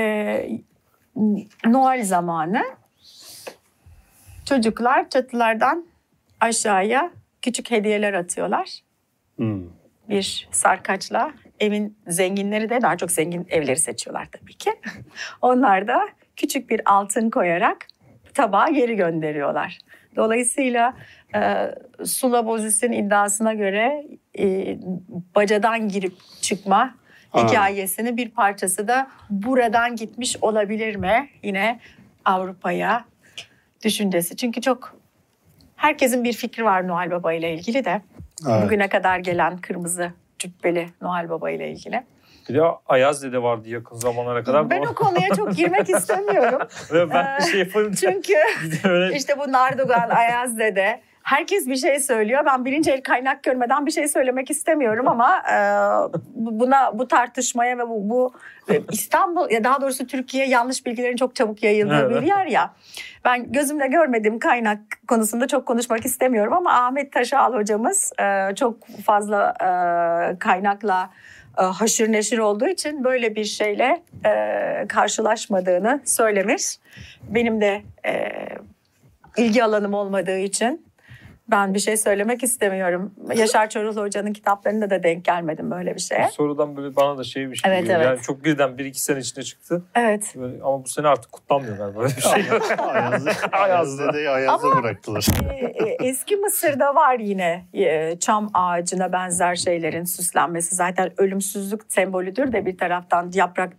Noel zamanı çocuklar çatılardan aşağıya küçük hediyeler atıyorlar. Bir sarkaçla evin zenginleri de daha çok zengin evleri seçiyorlar tabii ki. Onlar da küçük bir altın koyarak tabağa geri gönderiyorlar. Dolayısıyla Sula Bozis'in iddiasına göre bacadan girip çıkma hikayesinin bir parçası da buradan gitmiş olabilir mi? Yine Avrupa'ya düşüncesi. Çünkü çok herkesin bir fikri var Noel Baba ile ilgili de. Evet. Bugüne kadar gelen kırmızı cübbeli Noel Baba ile ilgili. Bir de Ayaz Dede vardı yakın zamanlara kadar. Ben o konuya çok girmek istemiyorum. Ben bir şey yaparım. Çünkü işte bu Nardogan, Ayaz Dede. Herkes bir şey söylüyor. Ben birinci el kaynak görmeden bir şey söylemek istemiyorum ama bu tartışmaya ve bu İstanbul ya daha doğrusu Türkiye yanlış bilgilerin çok çabuk yayıldığı bir yer ya. Ben gözümle görmediğim kaynak konusunda çok konuşmak istemiyorum ama Ahmet Taşal hocamız çok fazla kaynakla haşır neşir olduğu için böyle bir şeyle karşılaşmadığını söylemiş. Benim de ilgi alanım olmadığı için ben bir şey söylemek istemiyorum. Yaşar Çorul Hoca'nın kitaplarında da denk gelmedim böyle bir şeye. Sorudan böyle bana da şeymiş gibi. Evet. Yani çok birden 1-2 sene içinde çıktı. Evet. Böyle, ama bu sene artık kutlanmıyor galiba böyle bir şey. Ayaz'da bıraktılar. Eski Mısır'da var yine çam ağacına benzer şeylerin süslenmesi. Zaten ölümsüzlük sembolüdür de bir taraftan yaprak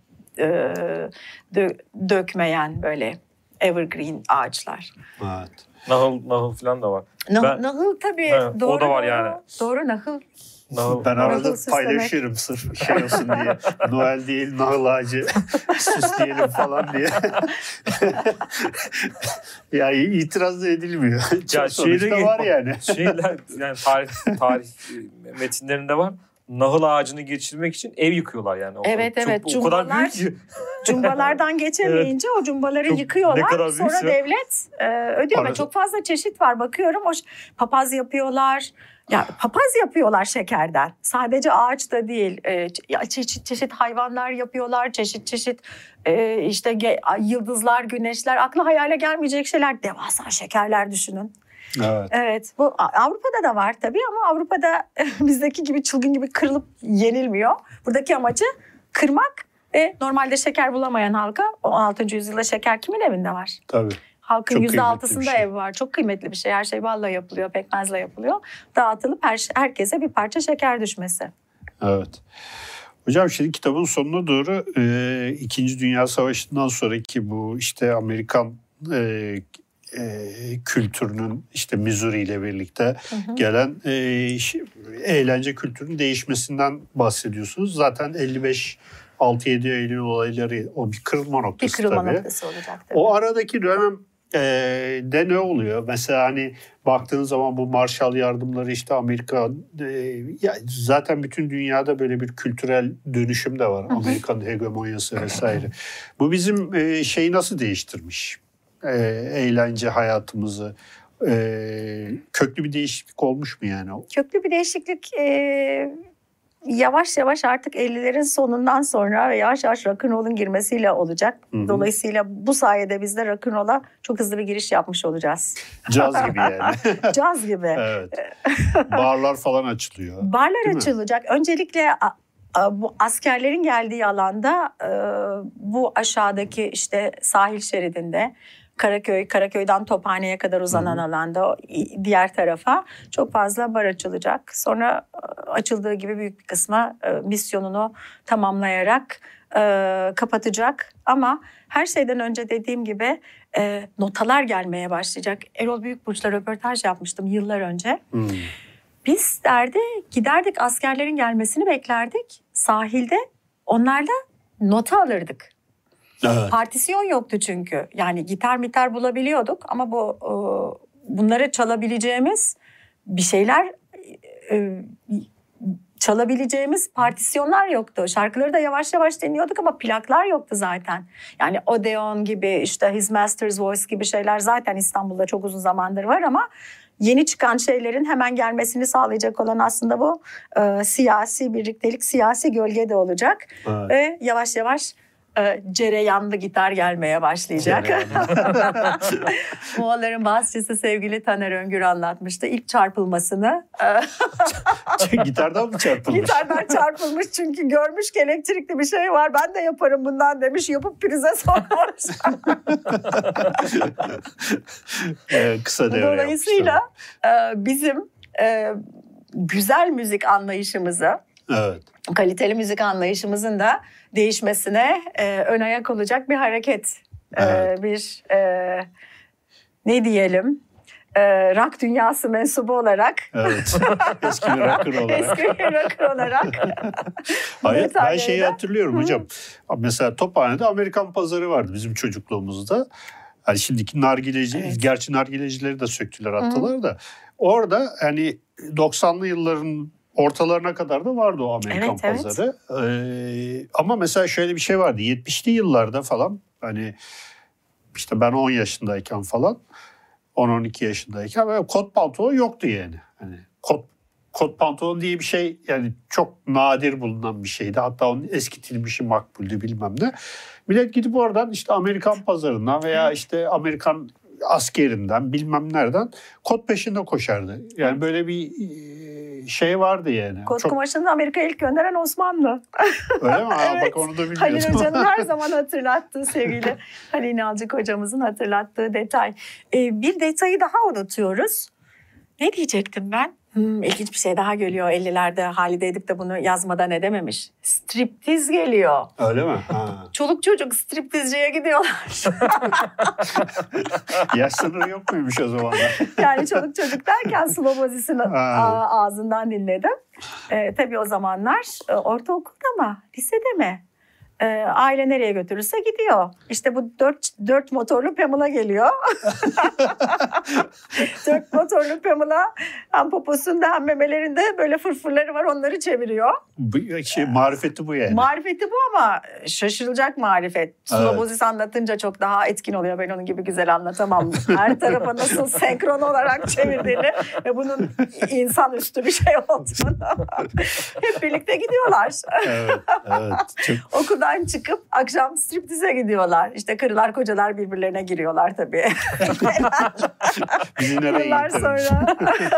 dökmeyen böyle evergreen ağaçlar. Evet. Nahıl falan da var. Nahıl tabii. Evet, doğru, o da var yani. Doğru nahıl. Ben arada paylaşırım sırf şey olsun diye. Noel değil nahıl ağacı süsleyelim falan diye. Yani itiraz da edilmiyor. Ya sonuçta var yani. Şeyler yani tarih metinlerinde var. Nahıl ağacını geçirmek için ev yıkıyorlar yani. Evet. O kadar büyük ki. Cumbalardan geçemeyince o cumbaları yıkıyorlar. Sonra devlet ödüyor. Çok fazla çeşit var. Bakıyorum papaz yapıyorlar. Ya papaz yapıyorlar şekerden. Sadece ağaç da değil. Çeşit hayvanlar yapıyorlar. Çeşit işte yıldızlar, güneşler. Akla hayale gelmeyecek şeyler. Devasa şekerler düşünün. Evet. Bu Avrupa'da da var tabii ama Avrupa'da bizdeki gibi çılgın gibi kırılıp yenilmiyor. Buradaki amacı kırmak ve normalde şeker bulamayan halka 16. yüzyılda şeker kimin evinde var? Tabii. Halkın %6'sında ev var. Çok kıymetli bir şey. Her şey balla yapılıyor, pekmezle yapılıyor. Dağıtılıp herkese bir parça şeker düşmesi. Evet. Hocam şimdi kitabın sonuna doğru 2. Dünya Savaşı'ndan sonraki bu işte Amerikan kültürünün işte Missouri ile birlikte gelen eğlence kültürünün değişmesinden bahsediyorsunuz. Zaten 6-7 Eylül olayları o bir kırılma noktası tabii. Noktası olacak tabii. O aradaki dönem de ne oluyor? Mesela hani baktığınız zaman bu Marshall yardımları işte Amerika zaten bütün dünyada böyle bir kültürel dönüşüm de var. Amerikan hegemonyası vesaire. Bu bizim şeyi nasıl değiştirmiş? Eğlence hayatımızı. Köklü bir değişiklik olmuş mu yani? Köklü bir değişiklik yavaş yavaş artık 50'lerin sonundan sonra ve yavaş yavaş rock'n'roll'un girmesiyle olacak. Dolayısıyla bu sayede biz de rock'n'roll'a çok hızlı bir giriş yapmış olacağız. Caz gibi yani. Caz gibi. Evet. Barlar falan açılıyor. Barlar açılacak. Öncelikle bu askerlerin geldiği alanda bu aşağıdaki işte sahil şeridinde Karaköy'den Tophane'ye kadar uzanan alanda diğer tarafa çok fazla bar açılacak. Sonra açıldığı gibi büyük bir kısmı misyonunu tamamlayarak kapatacak. Ama her şeyden önce dediğim gibi notalar gelmeye başlayacak. Erol Büyükburç'la röportaj yapmıştım yıllar önce. Biz giderdik askerlerin gelmesini beklerdik. Sahilde onlarla nota alırdık. Evet. Partisyon yoktu çünkü. Yani gitar bulabiliyorduk ama bunları çalabileceğimiz bir şeyler çalabileceğimiz partisyonlar yoktu. Şarkıları da yavaş yavaş dinliyorduk ama plaklar yoktu zaten. Yani Odeon gibi işte His Master's Voice gibi şeyler zaten İstanbul'da çok uzun zamandır var ama yeni çıkan şeylerin hemen gelmesini sağlayacak olan aslında bu siyasi birliktelik, siyasi gölge de olacak. Evet. Ve yavaş yavaş cereyanlı gitar gelmeye başlayacak. Moğolların basçısı sevgili Taner Öngür anlatmıştı. İlk çarpılmasını. Gitardan mı çarpılmış? Gitardan çarpılmış çünkü görmüş ki elektrikli bir şey var. Ben de yaparım bundan demiş. Yapıp prize sokmuş. Kısa devre Dolayısıyla bizim güzel müzik anlayışımızı, evet, kaliteli müzik anlayışımızın da değişmesine ön ayak olacak bir hareket. Evet. Ne diyelim? Rock dünyası mensubu olarak. Evet. Eski bir rocker olarak. Eski bir rocker olarak. Hayır, ben şeyi hatırlıyorum hocam. Mesela Tophane'de Amerikan pazarı vardı bizim çocukluğumuzda. Hani şimdiki nargileci, gerçi nargilecileri de söktüler, attılar da. Orada hani 90'lı yılların ortalarına kadar da vardı o Amerikan pazarı. Ama mesela şöyle bir şey vardı. 70'li yıllarda falan, hani işte ben 10 yaşındayken falan, 10-12 yaşındayken böyle kot pantolon yoktu yani. Hani kot pantolon diye bir şey yani çok nadir bulunan bir şeydi. Hatta onun eskitilmişi makbuldü bilmem ne. Millet gidip oradan işte Amerikan pazarından veya işte Amerikan askerinden bilmem nereden kot peşinde koşardı. Yani böyle bir şey vardı yani. Kot kumaşını Amerika'ya ilk gönderen Osmanlı. Öyle mi? Evet. Bak onu da bilmiyordum. Halil Hoca'nın her zaman hatırlattığı, sevgili Halil İnalcık hocamızın hatırlattığı detay. Bir detayı daha unutuyoruz. Ne diyecektim ben? İlginç bir şey daha geliyor. 50'lerde Halide Edip de bunu yazmadan edememiş. Striptiz geliyor. Öyle mi? Ha. Çoluk çocuk striptizciye gidiyorlar. Yaş sınırı yok muymuş o zaman? Yani çoluk çocuk derken Slobozis'in ağzından dinledim. Tabii o zamanlar ortaokulda mı, lisede mi? Aile nereye götürürse gidiyor. İşte bu dört motorlu Pamela geliyor. 4 motorlu Pamela hem poposunda hem memelerinde böyle fırfırları var, onları çeviriyor. Marifeti bu yani. Marifeti bu ama şaşırılacak marifet. Slobozis anlatınca çok daha etkin oluyor. Ben onun gibi güzel anlatamam. Her tarafa nasıl senkron olarak çevirdiğini ve bunun insanüstü bir şey olduğunu. Hep birlikte gidiyorlar. Evet. Çok... Okuldan çıkıp akşam striptize gidiyorlar. İşte karılar kocalar birbirlerine giriyorlar tabii. Yıllar sonra.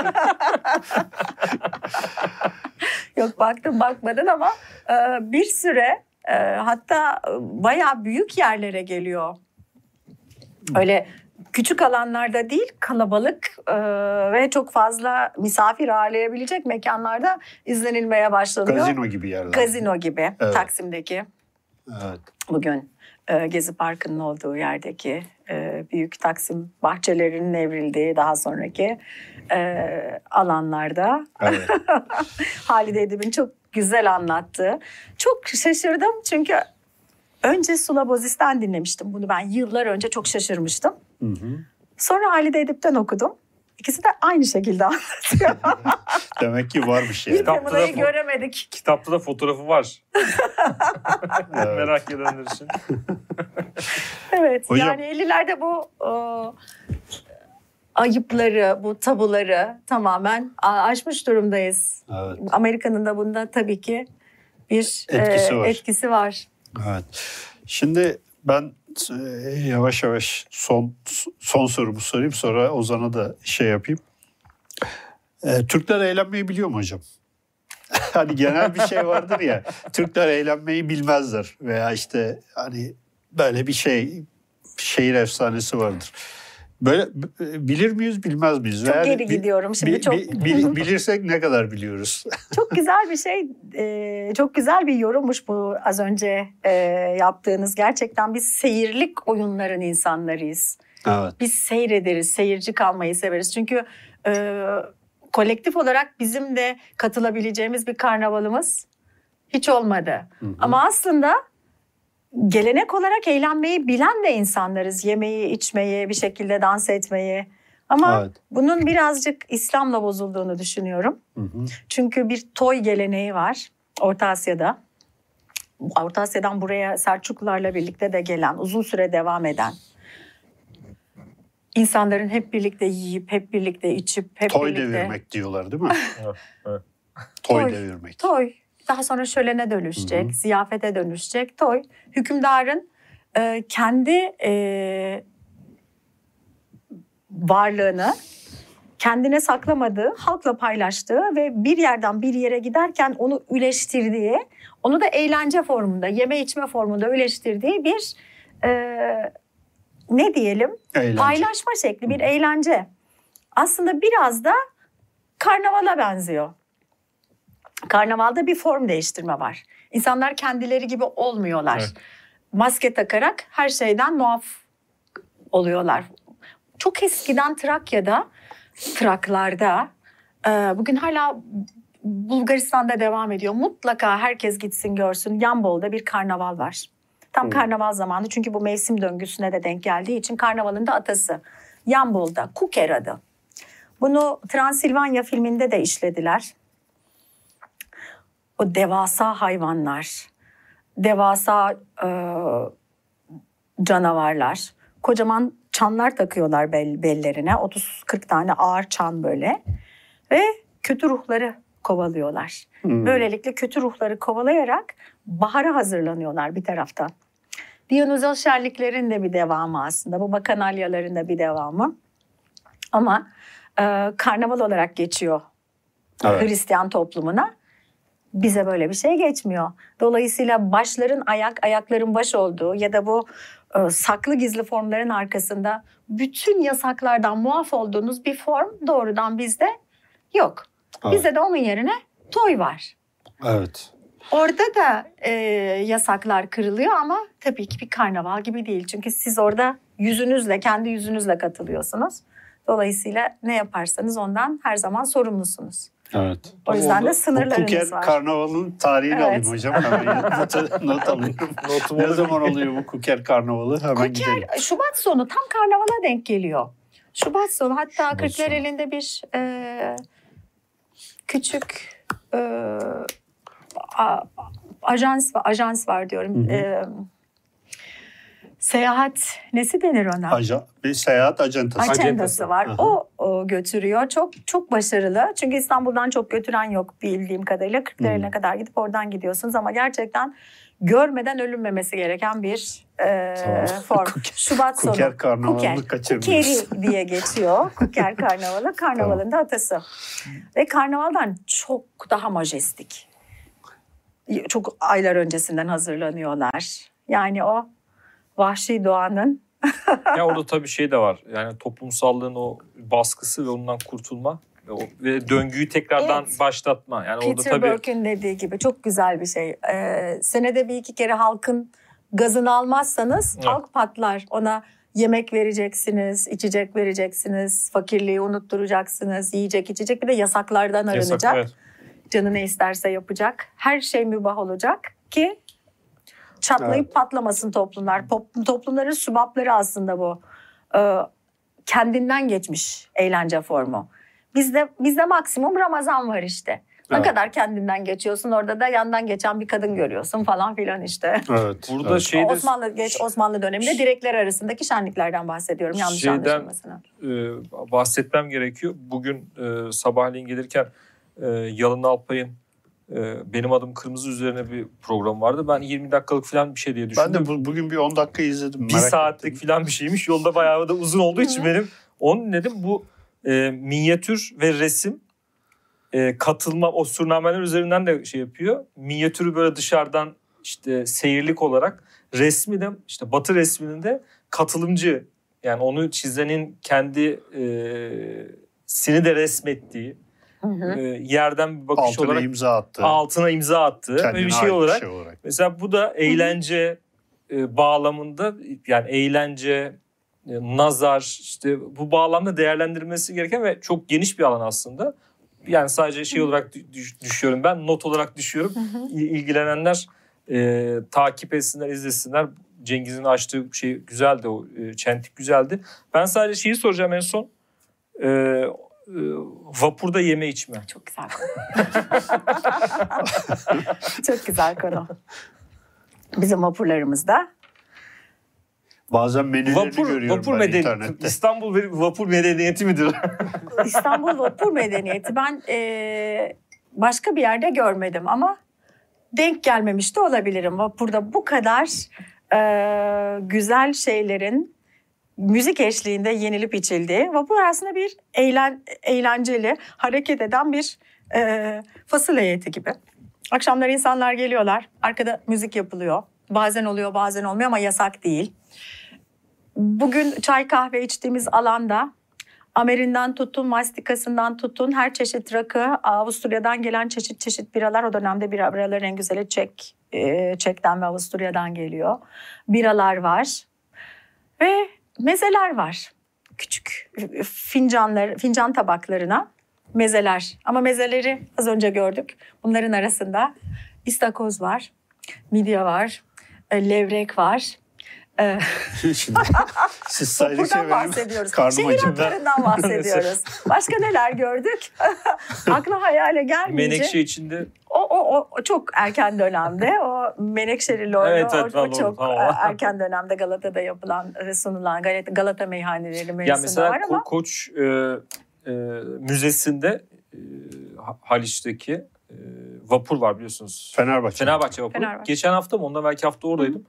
Yok bakmadın ama bir süre hatta bayağı büyük yerlere geliyor. Öyle küçük alanlarda değil, kalabalık ve çok fazla misafir ağırlayabilecek mekanlarda izlenilmeye başlanıyor. Gazino gibi yerler. Gazino gibi, evet. Taksim'deki. Evet. Bugün Gezi Parkı'nın olduğu yerdeki büyük Taksim bahçelerinin evrildiği daha sonraki alanlarda. Evet. Halide Edip'in çok güzel anlattığı. Çok şaşırdım çünkü önce Slobozis'ten dinlemiştim bunu ben yıllar önce, çok şaşırmıştım. Hı. Sonra Halide Edip'ten okudum. İkisi de aynı şekilde anlatıyor. Demek ki varmış yani. Bir Temu'yu göremedik. Kitapta da fotoğrafı var. Merak edenler için. Evet. Hocam, yani 50'lerde bu ayıpları, bu tabuları tamamen aşmış durumdayız. Evet. Amerika'nın da bunda tabii ki bir etkisi var. Evet. Şimdi ben yavaş yavaş son sorumu sorayım, sonra Ozan'a da şey yapayım. Türkler eğlenmeyi biliyor mu hocam? Hani genel bir şey vardır ya. Türkler eğlenmeyi bilmezler veya işte hani böyle bir şey şehir efsanesi vardır. Böyle bilir miyiz, bilmez miyiz? Çok geri gidiyorum şimdi. Bilirsek ne kadar biliyoruz? Çok güzel bir şey, çok güzel bir yorummuş bu az önce yaptığınız. Gerçekten biz seyirlik oyunların insanlarıyız. Evet. Biz seyrederiz, seyirci kalmayı severiz. Çünkü kolektif olarak bizim de katılabileceğimiz bir karnavalımız hiç olmadı. Hı-hı. Ama aslında gelenek olarak eğlenmeyi bilen de insanlarız. Yemeği, içmeyi, bir şekilde dans etmeyi. Ama evet, bunun birazcık İslam'la bozulduğunu düşünüyorum. Hı-hı. Çünkü bir toy geleneği var Orta Asya'da. Orta Asya'dan buraya Selçuklularla birlikte de gelen, uzun süre devam eden. İnsanların hep birlikte yiyip, hep birlikte içip, hep toy birlikte... Toy devirmek diyorlar değil mi? Evet. Toy devirmek. Toy. Daha sonra şölene dönüşecek, hı-hı, ziyafete dönüşecek. Toy, hükümdarın kendi varlığını kendine saklamadığı, halkla paylaştığı ve bir yerden bir yere giderken onu üleştirdiği, onu da eğlence formunda, yeme içme formunda üleştirdiği bir ne diyelim? Eğlence. Paylaşma şekli, bir eğlence. Aslında biraz da karnavala benziyor. Karnavalda bir form değiştirme var. İnsanlar kendileri gibi olmuyorlar. Evet. Maske takarak her şeyden muaf oluyorlar. Çok eskiden Traklarda, bugün hala Bulgaristan'da devam ediyor. Mutlaka herkes gitsin görsün. Yambol'da bir karnaval var. Tam karnaval zamanı, çünkü bu mevsim döngüsüne de denk geldiği için karnavalın da atası. Yambol'da, Kuker adı. Bunu Transilvanya filminde de işlediler. O devasa hayvanlar, devasa canavarlar, kocaman çanlar takıyorlar bellerine, 30-40 tane ağır çan böyle ve kötü ruhları kovalıyorlar. Böylelikle kötü ruhları kovalayarak bahara hazırlanıyorlar bir taraftan. Dionozos şenliklerin de bir devamı aslında, bu bakanalyaların da bir devamı. Ama karnaval olarak geçiyor, evet, Hristiyan toplumuna. Bize böyle bir şey geçmiyor. Dolayısıyla başların ayakların baş olduğu ya da bu saklı gizli formların arkasında bütün yasaklardan muaf olduğunuz bir form doğrudan bizde yok. Evet. Bizde de onun yerine toy var. Evet. Orada da yasaklar kırılıyor ama tabii ki bir karnaval gibi değil. Çünkü siz orada kendi yüzünüzle katılıyorsunuz. Dolayısıyla ne yaparsanız ondan her zaman sorumlusunuz. Evet. O yüzden de sınırlarınız Kuker var. Karnavalı'nın tarihini alayım hocam. Hemen not alıyorum. Ne zaman oluyor bu Kuker Karnavalı? Hemen gidelim. Şubat sonu, tam karnavala denk geliyor. Şubat sonu, hatta Kırklareli'nde bir küçük ajans var diyorum. Seyahat nesi denir ona? Bir seyahat ajantası var. O götürüyor. Çok çok başarılı. Çünkü İstanbul'dan çok götüren yok bildiğim kadarıyla. Kırklareli'ne kadar gidip oradan gidiyorsunuz ama gerçekten görmeden ölünmemesi gereken bir form. Şubat sonu. Kuker Karnavalı'nı kaçırmıyoruz. Kukeri diye geçiyor. Kuker Karnavalı. Karnavalın da atası. Ve karnavaldan çok daha majestik. Çok aylar öncesinden hazırlanıyorlar. Yani o vahşi doğanın. Ya orada tabii şey de var. Yani toplumsallığın o baskısı ve ondan kurtulma ve döngüyü tekrardan başlatma. Yani Peter orada tabii Burke'ün dediği gibi çok güzel bir şey. Senede bir iki kere halkın gazını almazsanız, evet, halk patlar. Ona yemek vereceksiniz, içecek vereceksiniz, fakirliği unutturacaksınız, yiyecek içecek, bir de yasaklardan arınacak. Evet. Canı ne isterse yapacak. Her şey mübah olacak ki çatlayıp, evet, patlamasın toplumlar. Toplumların sübapları aslında bu. Kendinden geçmiş eğlence formu. Bizde maksimum Ramazan var işte. Ne kadar kendinden geçiyorsun, orada da yandan geçen bir kadın görüyorsun falan filan işte. Evet. Burada Osmanlı döneminde direkler arasındaki şenliklerden bahsediyorum. Yanlış anlaşılmasın. Bahsetmem gerekiyor. Bugün sabahleyin gelirken Yalın Alpay'ın Benim Adım Kırmızı üzerine bir program vardı. Ben 20 dakikalık falan bir şey diye düşündüm. Ben de bugün bir 10 dakika izledim. Bir saatlik falan bir şeymiş. Yolda bayağı da uzun olduğu için benim onu dedim. Bu minyatür ve resim katılma, o surnameler üzerinden de şey yapıyor. Minyatürü böyle dışarıdan işte seyirlik olarak, resmi de işte Batı resminin de katılımcı, yani onu çizenin kendi sini de resmettiği yerden bir bakış altına olarak altına imza attığı böyle bir şey olarak. Mesela bu da eğlence bağlamında, yani eğlence, nazar, işte bu bağlamda değerlendirilmesi gereken ve çok geniş bir alan aslında. Yani sadece şey olarak düşüyorum, ben not olarak düşüyorum. İlgilenenler takip etsinler, izlesinler. Cengiz'in açtığı şey güzeldi, o çentik güzeldi. Ben sadece şeyi soracağım en son. Vapurda yeme içme. Çok güzel konu. Çok güzel konu. Bizim vapurlarımızda. Bazen menülerini görüyorum vapur ben internette. İstanbul vapur medeniyeti midir? İstanbul vapur medeniyeti. Ben başka bir yerde görmedim ama denk gelmemiş de olabilirim. Vapurda bu kadar güzel şeylerin müzik eşliğinde yenilip içildiği. Vapur aslında bir eğlenceli, hareket eden bir fasıl heyeti gibi. Akşamları insanlar geliyorlar. Arkada müzik yapılıyor. Bazen oluyor, bazen olmuyor ama yasak değil. Bugün çay kahve içtiğimiz alanda Amerinden tutun, mastikasından tutun, her çeşit rakı, Avusturya'dan gelen çeşit biralar, o dönemde biraların en güzeli Çek'ten ve Avusturya'dan geliyor. Biralar var ve mezeler var. Küçük fincan tabaklarına mezeler. Ama mezeleri az önce gördük. Bunların arasında istakoz var, midye var, levrek var. Şimdi siz sadece bahsediyoruz. Karnım Şehir hatlarından bahsediyoruz. Başka neler gördük? Akla hayale gelmeyince. Menekşe içinde. O çok erken dönemde. O Menekşeli Lorlu. Evet, o çok erken dönemde Galata'da yapılan ve sunulan Galata meyhaneleri menüsünde var ama. Koç Müzesi'nde Haliç'teki vapur var biliyorsunuz. Fenerbahçe vapuru. Geçen hafta mı? Ondan belki hafta oradaydım.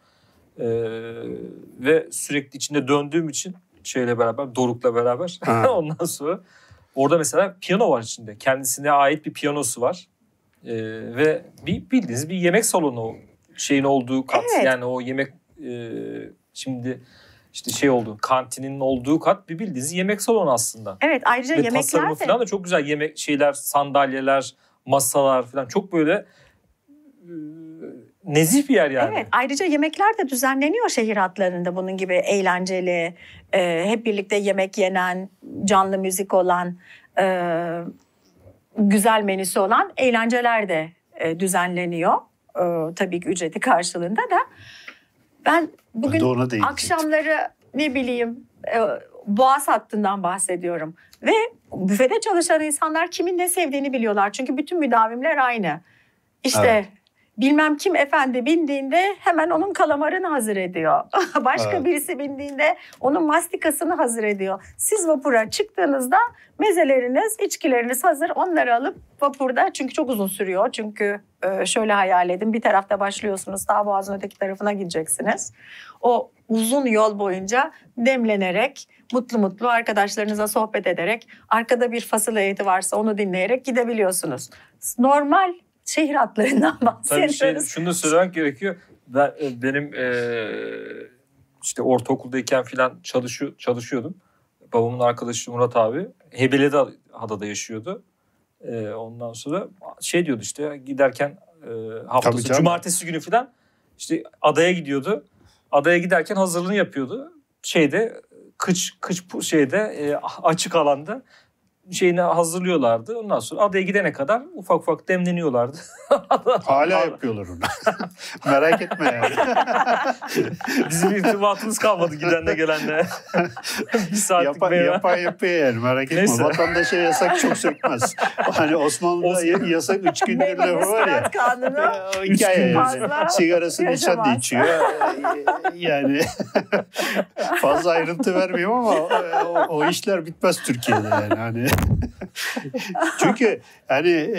Ve sürekli içinde döndüğüm için şeyle beraber, Doruk'la beraber ondan sonra orada mesela piyano var içinde. Kendisine ait bir piyanosu var. Ve bildiğiniz bir yemek salonu şeyin olduğu kat. Evet. Yani o yemek şimdi işte şey oldu, kantinin olduğu kat bir bildiğiniz yemek salonu aslında. Evet, ayrıca ve yemekler tasarımı de. falan da çok güzel, yemek şeyler, sandalyeler, masalar falan çok böyle nezih bir yer yani. Evet, ayrıca yemekler de düzenleniyor şehir hatlarında, bunun gibi eğlenceli, hep birlikte yemek yenen, canlı müzik olan, güzel menüsü olan eğlenceler de düzenleniyor. Tabii ki ücreti karşılığında da. Ben bugün akşamları ne bileyim Boğaz hattından bahsediyorum. Ve büfede çalışan insanlar kimin ne sevdiğini biliyorlar. Çünkü bütün müdavimler aynı. İşte evet. Bilmem kim efendi bindiğinde hemen onun kalamarını hazır ediyor. Başka birisi bindiğinde onun mastikasını hazır ediyor. Siz vapura çıktığınızda mezeleriniz, içkileriniz hazır. Onları alıp vapurda, çünkü çok uzun sürüyor. Çünkü şöyle hayal edin, bir tarafta başlıyorsunuz, ta Boğaz'ın öteki tarafına gideceksiniz. O uzun yol boyunca demlenerek, mutlu mutlu arkadaşlarınıza sohbet ederek, arkada bir fasıl heyeti varsa onu dinleyerek gidebiliyorsunuz. Normal şehir hatlarından bahsediyoruz. Tabii şunu söylemek gerekiyor. Benim işte ortaokuldayken filan çalışıyordum. Babamın arkadaşı Murat abi Heybeliada'da yaşıyordu. Ondan sonra şey diyordu işte, giderken haftası cumartesi günü filan işte adaya gidiyordu. Adaya giderken hazırlığını yapıyordu. Kıç açık alanda şeyini hazırlıyorlardı. Ondan sonra adaya gidene kadar ufak ufak demleniyorlardı. Hala yapıyorlar onu. Merak etme yani. Bizim irtibatımız kalmadı gidenle gelenle. Bir saatlik yapan yapıyor yani, merak etme. Neyse. Vatandaşa yasak çok sökmez. Hani Osmanlı'da yasak 3 gündür lafı var ya. Kanunu 3 gün fazla sigarasını içen de içiyor. Yani fazla ayrıntı vermeyeyim ama o işler bitmez Türkiye'de yani. Hani çünkü hani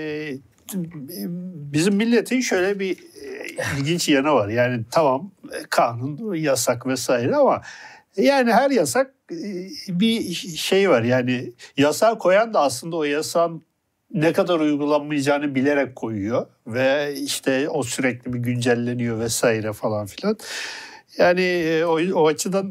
bizim milletin şöyle bir ilginç yanı var. Yani tamam, kanun, yasak vesaire ama yani her yasak bir şey var. Yani yasağı koyan da aslında o yasağın ne kadar uygulanmayacağını bilerek koyuyor ve işte o sürekli bir güncelleniyor vesaire falan filan. Yani o açıdan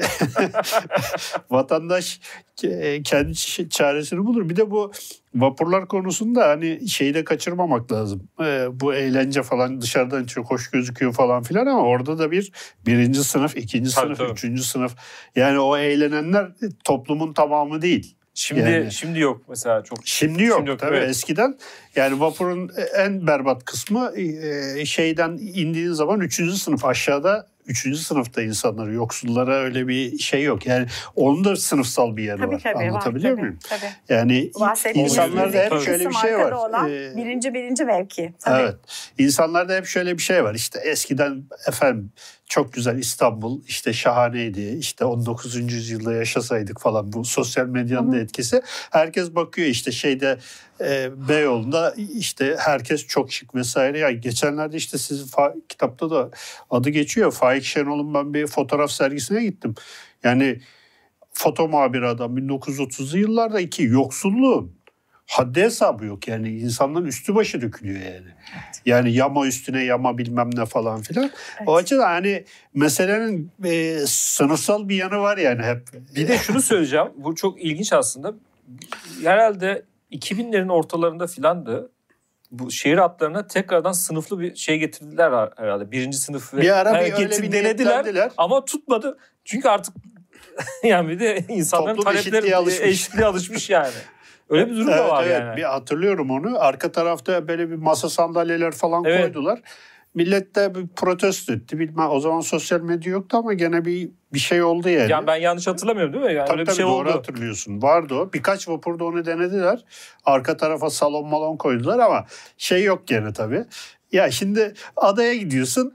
vatandaş kendi çaresini bulur. Bir de bu vapurlar konusunda hani şeyi de kaçırmamak lazım. Bu eğlence falan dışarıdan çok hoş gözüküyor falan filan ama orada da birinci sınıf, ikinci sınıf, üçüncü sınıf. Yani o eğlenenler toplumun tamamı değil. Şimdi yok mesela çok. Şimdi yok tabii evet. Eskiden yani vapurun en berbat kısmı şeyden indiğin zaman 3. sınıf aşağıda 3. sınıfta insanları yoksullara öyle bir şey yok. Yani onun da sınıfsal bir yanı var. Anlatabiliyor muyum? Tabii. Yani insanlarda hep şöyle bir şey var. Olan birinci mevki. Tabii. Evet. İnsanlarda hep şöyle bir şey var. İşte eskiden efendim çok güzel İstanbul işte şahaneydi. İşte 19. yüzyılda yaşasaydık falan bu sosyal medyanın da etkisi. Herkes bakıyor işte şeyde Beyoğlu'nda işte herkes çok şık vesaire. Ya geçenlerde işte sizin kitapta da adı geçiyor. Faik Şenol'un ben bir fotoğraf sergisine gittim. Yani foto muhabiri adam 1930'lu yıllarda yoksulluğun haddi hesabı yok. Yani insanların üstü başı dökülüyor yani. Evet. Yani yama üstüne yama bilmem ne falan filan. Evet. O açıdan hani meselenin sınıfsal bir yanı var yani hep. Bir de şunu söyleyeceğim. Bu çok ilginç aslında. Herhalde 2000'lerin ortalarında filandı. Bu şehir hatlarına tekrardan sınıflı bir şey getirdiler herhalde. Birinci sınıf bir ara öyle bir denediler ama tutmadı. Çünkü artık yani bir de insanların toplum talepleri eşitliğe alışmış yani. Öyle bir durum da var evet. yani. Bir hatırlıyorum onu. Arka tarafta böyle bir masa sandalyeler falan koydular. Millet de bir protesto etti. Bilmem o zaman sosyal medya yoktu ama gene bir şey oldu yani. Yani ben yanlış hatırlamıyorum değil mi? Yani tabii öyle bir şey doğru oldu. Hatırlıyorsun. Vardı o. Birkaç vapurda onu denediler. Arka tarafa salon malon koydular ama şey yok gene tabii. Ya şimdi adaya gidiyorsun.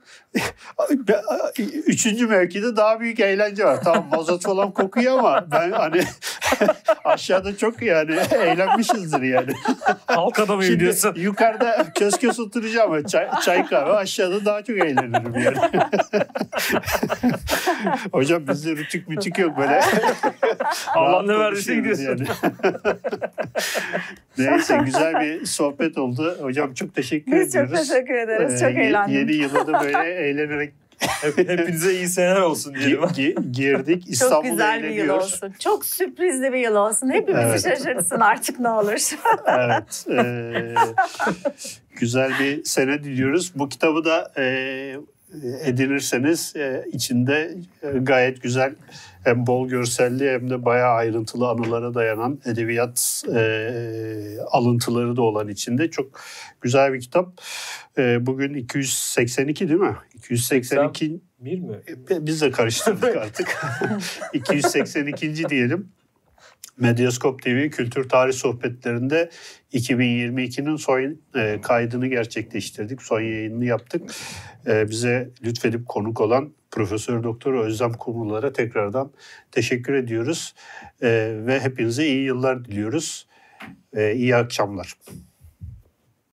3. mevkide daha büyük eğlence var. Tamam mazot falan kokuyor ama ben hani aşağıda çok yani eğlenmişizdir yani. Halk adamı gidiyorsun. Yukarıda kös oturacağım ama çay kahve aşağıda daha çok eğlenirim yani. Hocam bizde rütük yok böyle. Allah ne verdiyse gidiyorsun. Yani. Neyse güzel bir sohbet oldu. Hocam çok teşekkür ediyoruz. Biz çok teşekkür ederiz. Çok eğlendim. Yeni yılda da böyle eğlenerek hepinize iyi seneler olsun diyelim. Girdik. İstanbul'da çok güzel bir yıl olsun. Çok sürprizli bir yıl olsun. Hepimizi şaşırtsın artık ne olur. Evet. Güzel bir sene diliyoruz. Bu kitabı da edinirseniz içinde gayet güzel hem bol görselli hem de bayağı ayrıntılı anılara dayanan edebiyat alıntıları da olan içinde çok güzel bir kitap. Bugün 282 değil mi? 282 bir mi? Biz de karıştırdık artık. 282. diyelim. Medyaskop TV Kültür Tarih Sohbetlerinde 2022'nin son kaydını gerçekleştirdik. Son yayınını yaptık. Bize lütfedip konuk olan Profesör Doktor Özlem Kumrular'a tekrardan teşekkür ediyoruz. Ve hepinize iyi yıllar diliyoruz. İyi akşamlar.